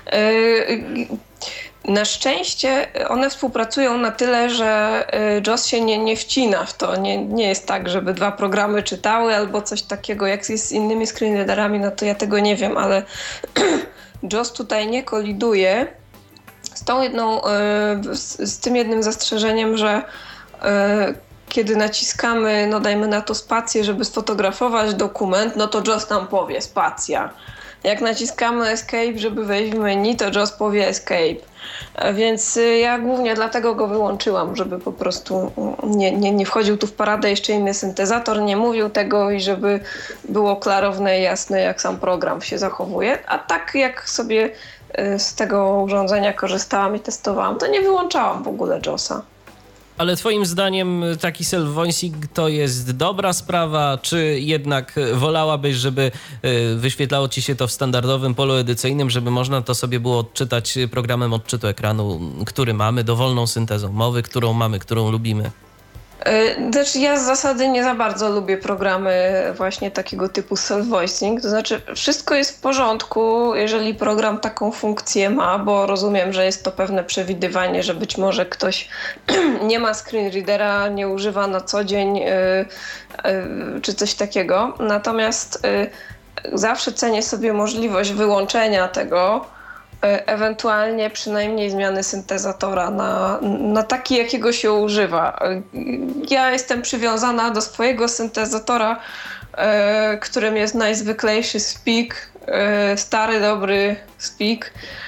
[SPEAKER 3] Na szczęście one współpracują na tyle, że JOS się nie wcina w to. Nie jest tak, żeby dwa programy czytały albo coś takiego. Jak jest z innymi screenreaderami, to ja tego nie wiem, ale JOS tutaj nie koliduje z tym jednym zastrzeżeniem, że kiedy naciskamy, no dajmy na to spację, żeby sfotografować dokument, no to JAWS nam powie spacja. Jak naciskamy Escape, żeby wejść w menu, to JAWS powie Escape. Więc ja głównie dlatego go wyłączyłam, żeby po prostu nie wchodził tu w paradę jeszcze inny syntezator, nie mówił tego i żeby było klarowne i jasne, jak sam program się zachowuje. A tak jak sobie z tego urządzenia korzystałam i testowałam, to nie wyłączałam w ogóle JAWS-a.
[SPEAKER 2] Ale twoim zdaniem taki self-voicing to jest dobra sprawa, czy jednak wolałabyś, żeby wyświetlało ci się to w standardowym polu edycyjnym, żeby można to sobie było odczytać programem odczytu ekranu, który mamy, dowolną syntezą mowy, którą mamy, którą lubimy?
[SPEAKER 3] Też ja z zasady nie za bardzo lubię programy właśnie takiego typu self-voicing, to znaczy wszystko jest w porządku, jeżeli program taką funkcję ma, bo rozumiem, że jest to pewne przewidywanie, że być może ktoś nie ma screen readera, nie używa na co dzień czy coś takiego. Natomiast zawsze cenię sobie możliwość wyłączenia tego, ewentualnie przynajmniej zmiany syntezatora na taki, jakiego się używa. Ja jestem przywiązana do swojego syntezatora, którym jest najzwyklejszy Speak, stary, dobry Speak.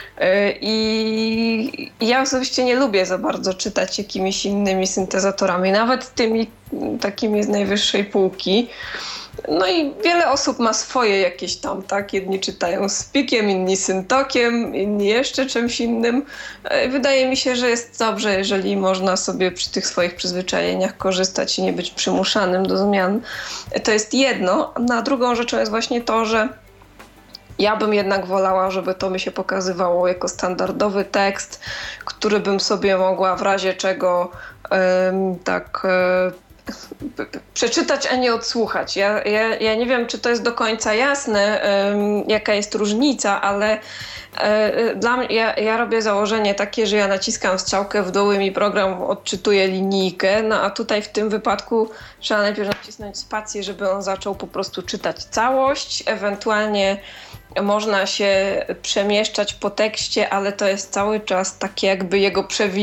[SPEAKER 3] I ja osobiście nie lubię za bardzo czytać jakimiś innymi syntezatorami, nawet tymi takimi z najwyższej półki. No i wiele osób ma swoje jakieś tam, tak? Jedni czytają Speakiem, inni Syntokiem, inni jeszcze czymś innym. Wydaje mi się, że jest dobrze, jeżeli można sobie przy tych swoich przyzwyczajeniach korzystać i nie być przymuszanym do zmian. To jest jedno. A drugą rzeczą jest właśnie to, że ja bym jednak wolała, żeby to mi się pokazywało jako standardowy tekst, który bym sobie mogła w razie czego przeczytać, a nie odsłuchać. Ja nie wiem, czy to jest do końca jasne, jaka jest różnica, ale dla mnie, ja robię założenie takie, że ja naciskam strzałkę w dół i mi program odczytuje linijkę, no a tutaj w tym wypadku trzeba najpierw nacisnąć spację, żeby on zaczął po prostu czytać całość, ewentualnie można się przemieszczać po tekście, ale to jest cały czas takie jakby jego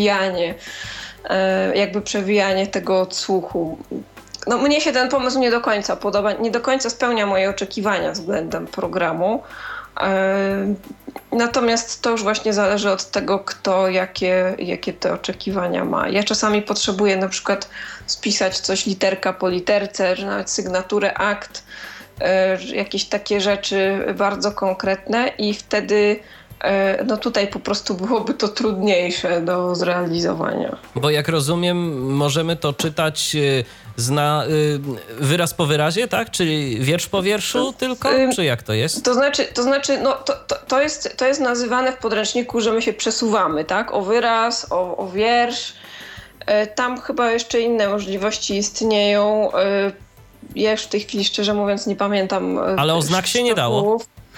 [SPEAKER 3] przewijanie tego odsłuchu. No, mnie się ten pomysł nie do końca podoba, nie do końca spełnia moje oczekiwania względem programu. Natomiast to już właśnie zależy od tego, kto jakie te oczekiwania ma. Ja czasami potrzebuję na przykład spisać coś literka po literce, czy nawet sygnaturę akt, jakieś takie rzeczy bardzo konkretne i wtedy no tutaj po prostu byłoby to trudniejsze do zrealizowania. Bo
[SPEAKER 2] jak rozumiem, możemy to czytać wyraz po wyrazie, tak? Czyli wiersz po wierszu tylko? Czy jak to jest?
[SPEAKER 3] To znaczy no, to jest nazywane w podręczniku, że my się przesuwamy, tak? O wyraz, o wiersz. Tam chyba jeszcze inne możliwości istnieją. Ja już w tej chwili, szczerze mówiąc, nie pamiętam.
[SPEAKER 2] Ale o znak się nie dało?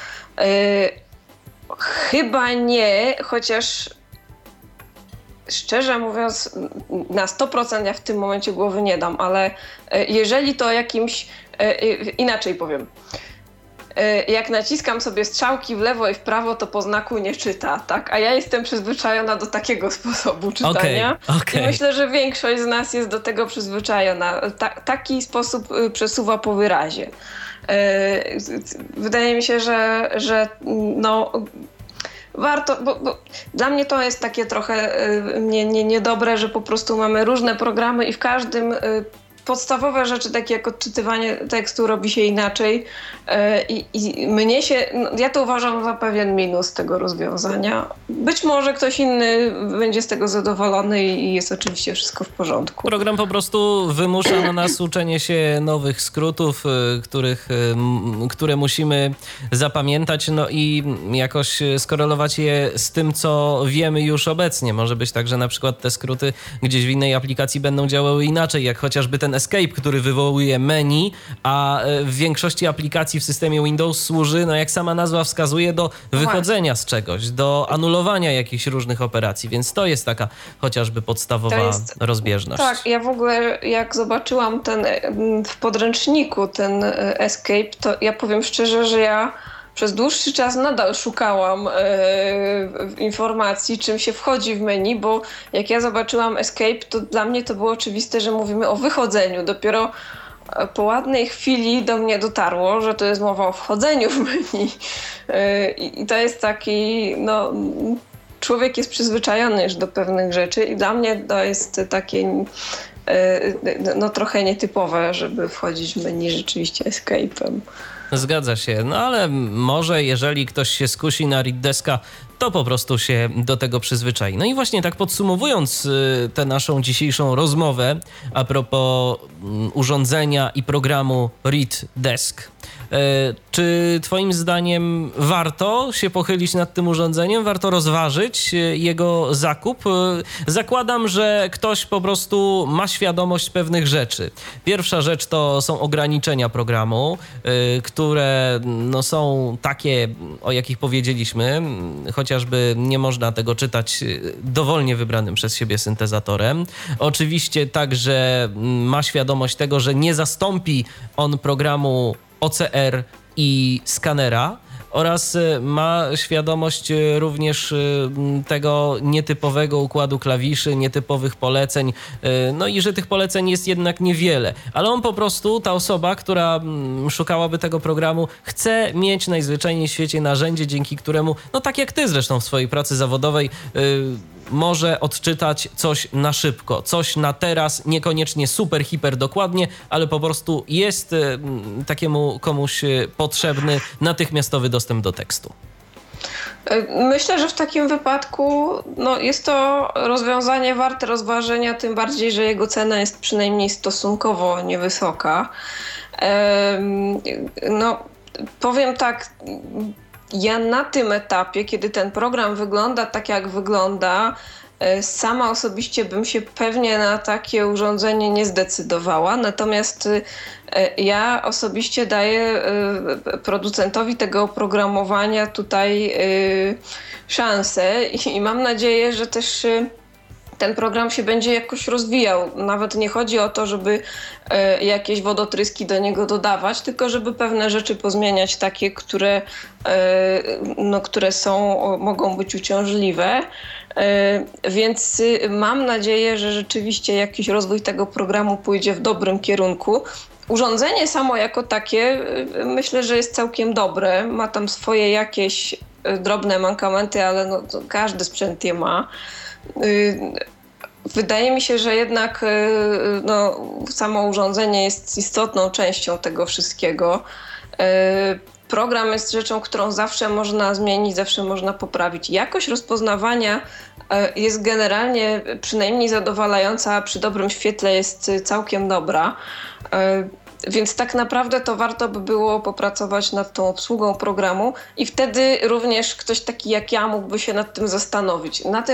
[SPEAKER 3] Chyba nie, chociaż szczerze mówiąc na 100% ja w tym momencie głowy nie dam, ale jeżeli to jakimś, inaczej powiem, jak naciskam sobie strzałki w lewo i w prawo, to po znaku nie czyta, tak? A ja jestem przyzwyczajona do takiego sposobu czytania. Okay. I myślę, że większość z nas jest do tego przyzwyczajona. Taki sposób przesuwa po wyrazie. Wydaje mi się, że no warto, bo dla mnie to jest takie trochę niedobre, że po prostu mamy różne programy i w każdym podstawowe rzeczy, takie jak odczytywanie tekstu, robi się inaczej i mnie się, ja to uważam za pewien minus tego rozwiązania. Być może ktoś inny będzie z tego zadowolony i jest oczywiście wszystko w porządku.
[SPEAKER 2] Program po prostu wymusza na nas uczenie się nowych skrótów, które musimy zapamiętać, no i jakoś skorelować je z tym, co wiemy już obecnie. Może być tak, że na przykład te skróty gdzieś w innej aplikacji będą działały inaczej, jak chociażby ten Escape, który wywołuje menu, a w większości aplikacji w systemie Windows służy, no jak sama nazwa wskazuje, do wychodzenia z czegoś, do anulowania jakichś różnych operacji, więc to jest taka chociażby podstawowa rozbieżność.
[SPEAKER 3] Tak, ja w ogóle jak zobaczyłam w podręczniku ten Escape, to ja powiem szczerze, że ja przez dłuższy czas nadal szukałam informacji, czym się wchodzi w menu, bo jak ja zobaczyłam Escape, to dla mnie to było oczywiste, że mówimy o wychodzeniu. Dopiero po ładnej chwili do mnie dotarło, że to jest mowa o wchodzeniu w menu. I to jest taki, no, człowiek jest przyzwyczajony już do pewnych rzeczy i dla mnie to jest takie no, trochę nietypowe, żeby wchodzić w menu rzeczywiście Escape'em.
[SPEAKER 2] Zgadza się, no ale może jeżeli ktoś się skusi na Read Deska, to po prostu się do tego przyzwyczai. No i właśnie tak podsumowując tę naszą dzisiejszą rozmowę a propos urządzenia i programu Read Desk, czy twoim zdaniem warto się pochylić nad tym urządzeniem? Warto rozważyć jego zakup? Zakładam, że ktoś po prostu ma świadomość pewnych rzeczy. Pierwsza rzecz to są ograniczenia programu, które no, są takie, o jakich powiedzieliśmy, chociażby nie można tego czytać dowolnie wybranym przez siebie syntezatorem. Oczywiście także ma świadomość tego, że nie zastąpi on programu OCR i skanera oraz ma świadomość również tego nietypowego układu klawiszy, nietypowych poleceń, no i że tych poleceń jest jednak niewiele. Ale on po prostu, ta osoba, która szukałaby tego programu, chce mieć najzwyczajniej w świecie narzędzie, dzięki któremu, no tak jak ty zresztą w swojej pracy zawodowej, może odczytać coś na szybko, coś na teraz, niekoniecznie super, hiper dokładnie, ale po prostu jest takiemu komuś potrzebny natychmiastowy dostęp do tekstu.
[SPEAKER 3] Myślę, że w takim wypadku no, jest to rozwiązanie warte rozważenia, tym bardziej, że jego cena jest przynajmniej stosunkowo niewysoka. No, powiem tak, ja na tym etapie, kiedy ten program wygląda tak, jak wygląda, sama osobiście bym się pewnie na takie urządzenie nie zdecydowała, natomiast ja osobiście daję producentowi tego oprogramowania tutaj szansę i mam nadzieję, że też ten program się będzie jakoś rozwijał. Nawet nie chodzi o to, żeby jakieś wodotryski do niego dodawać, tylko żeby pewne rzeczy pozmieniać, takie, które mogą być uciążliwe. Więc mam nadzieję, że rzeczywiście jakiś rozwój tego programu pójdzie w dobrym kierunku. Urządzenie samo jako takie myślę, że jest całkiem dobre. Ma tam swoje jakieś drobne mankamenty, ale no, każdy sprzęt je ma. Wydaje mi się, że jednak no, samo urządzenie jest istotną częścią tego wszystkiego. Program jest rzeczą, którą zawsze można zmienić, zawsze można poprawić. Jakość rozpoznawania jest generalnie przynajmniej zadowalająca, a przy dobrym świetle jest całkiem dobra. Więc tak naprawdę to warto by było popracować nad tą obsługą programu i wtedy również ktoś taki jak ja mógłby się nad tym zastanowić. Na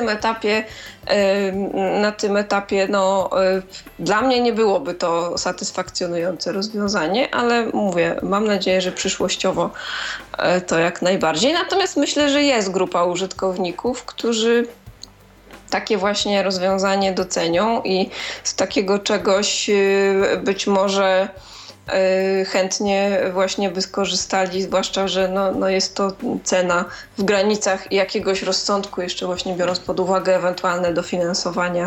[SPEAKER 3] tym etapie no, dla mnie nie byłoby to satysfakcjonujące rozwiązanie, ale mówię, mam nadzieję, że przyszłościowo to jak najbardziej. Natomiast myślę, że jest grupa użytkowników, którzy takie właśnie rozwiązanie docenią i z takiego czegoś być może chętnie właśnie by skorzystali, zwłaszcza, że no jest to cena w granicach jakiegoś rozsądku, jeszcze właśnie biorąc pod uwagę ewentualne dofinansowania.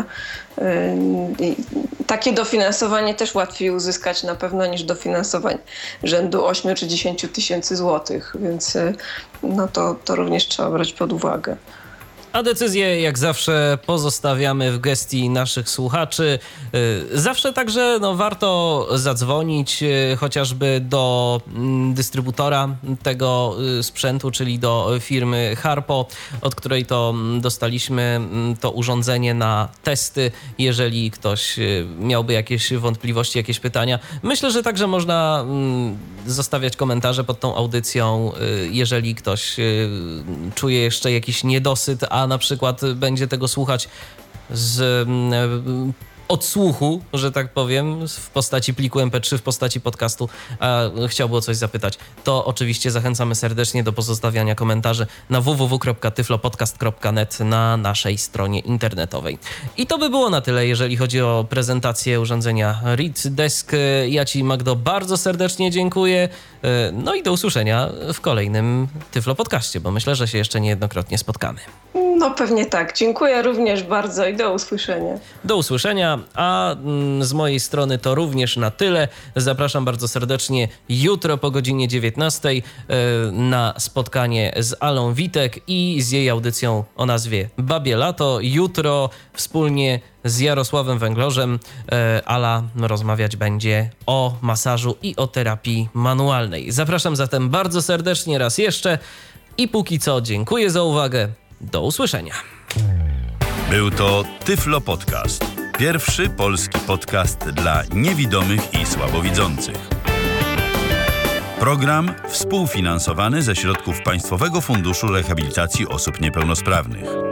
[SPEAKER 3] Takie dofinansowanie też łatwiej uzyskać na pewno niż dofinansowanie rzędu 8 czy 10 tysięcy złotych, więc no to również trzeba brać pod uwagę.
[SPEAKER 2] A decyzję jak zawsze pozostawiamy w gestii naszych słuchaczy. Zawsze także no, warto zadzwonić chociażby do dystrybutora tego sprzętu, czyli do firmy Harpo, od której to dostaliśmy to urządzenie na testy. Jeżeli ktoś miałby jakieś wątpliwości, jakieś pytania. Myślę, że także można zostawiać komentarze pod tą audycją, jeżeli ktoś czuje jeszcze jakiś niedosyt, a na przykład będzie tego słuchać z odsłuchu, że tak powiem, w postaci pliku MP3, w postaci podcastu, a chciałby o coś zapytać, to oczywiście zachęcamy serdecznie do pozostawiania komentarzy na www.tyflopodcast.net na naszej stronie internetowej. I to by było na tyle, jeżeli chodzi o prezentację urządzenia Read Desk. Ja Ci, Magdo, bardzo serdecznie dziękuję. No i do usłyszenia w kolejnym Tyflo Podcaście, bo myślę, że się jeszcze niejednokrotnie spotkamy.
[SPEAKER 3] No pewnie tak. Dziękuję również bardzo i do usłyszenia.
[SPEAKER 2] Do usłyszenia, a z mojej strony to również na tyle. Zapraszam bardzo serdecznie jutro po godzinie 19 na spotkanie z Alą Witek i z jej audycją o nazwie Babie Lato. Jutro wspólnie z Jarosławem Węglorzem Ala rozmawiać będzie o masażu i o terapii manualnej. Zapraszam zatem bardzo serdecznie raz jeszcze i póki co dziękuję za uwagę. Do usłyszenia.
[SPEAKER 1] Był to Tyflo Podcast. Pierwszy polski podcast dla niewidomych i słabowidzących. Program współfinansowany ze środków Państwowego Funduszu Rehabilitacji Osób Niepełnosprawnych.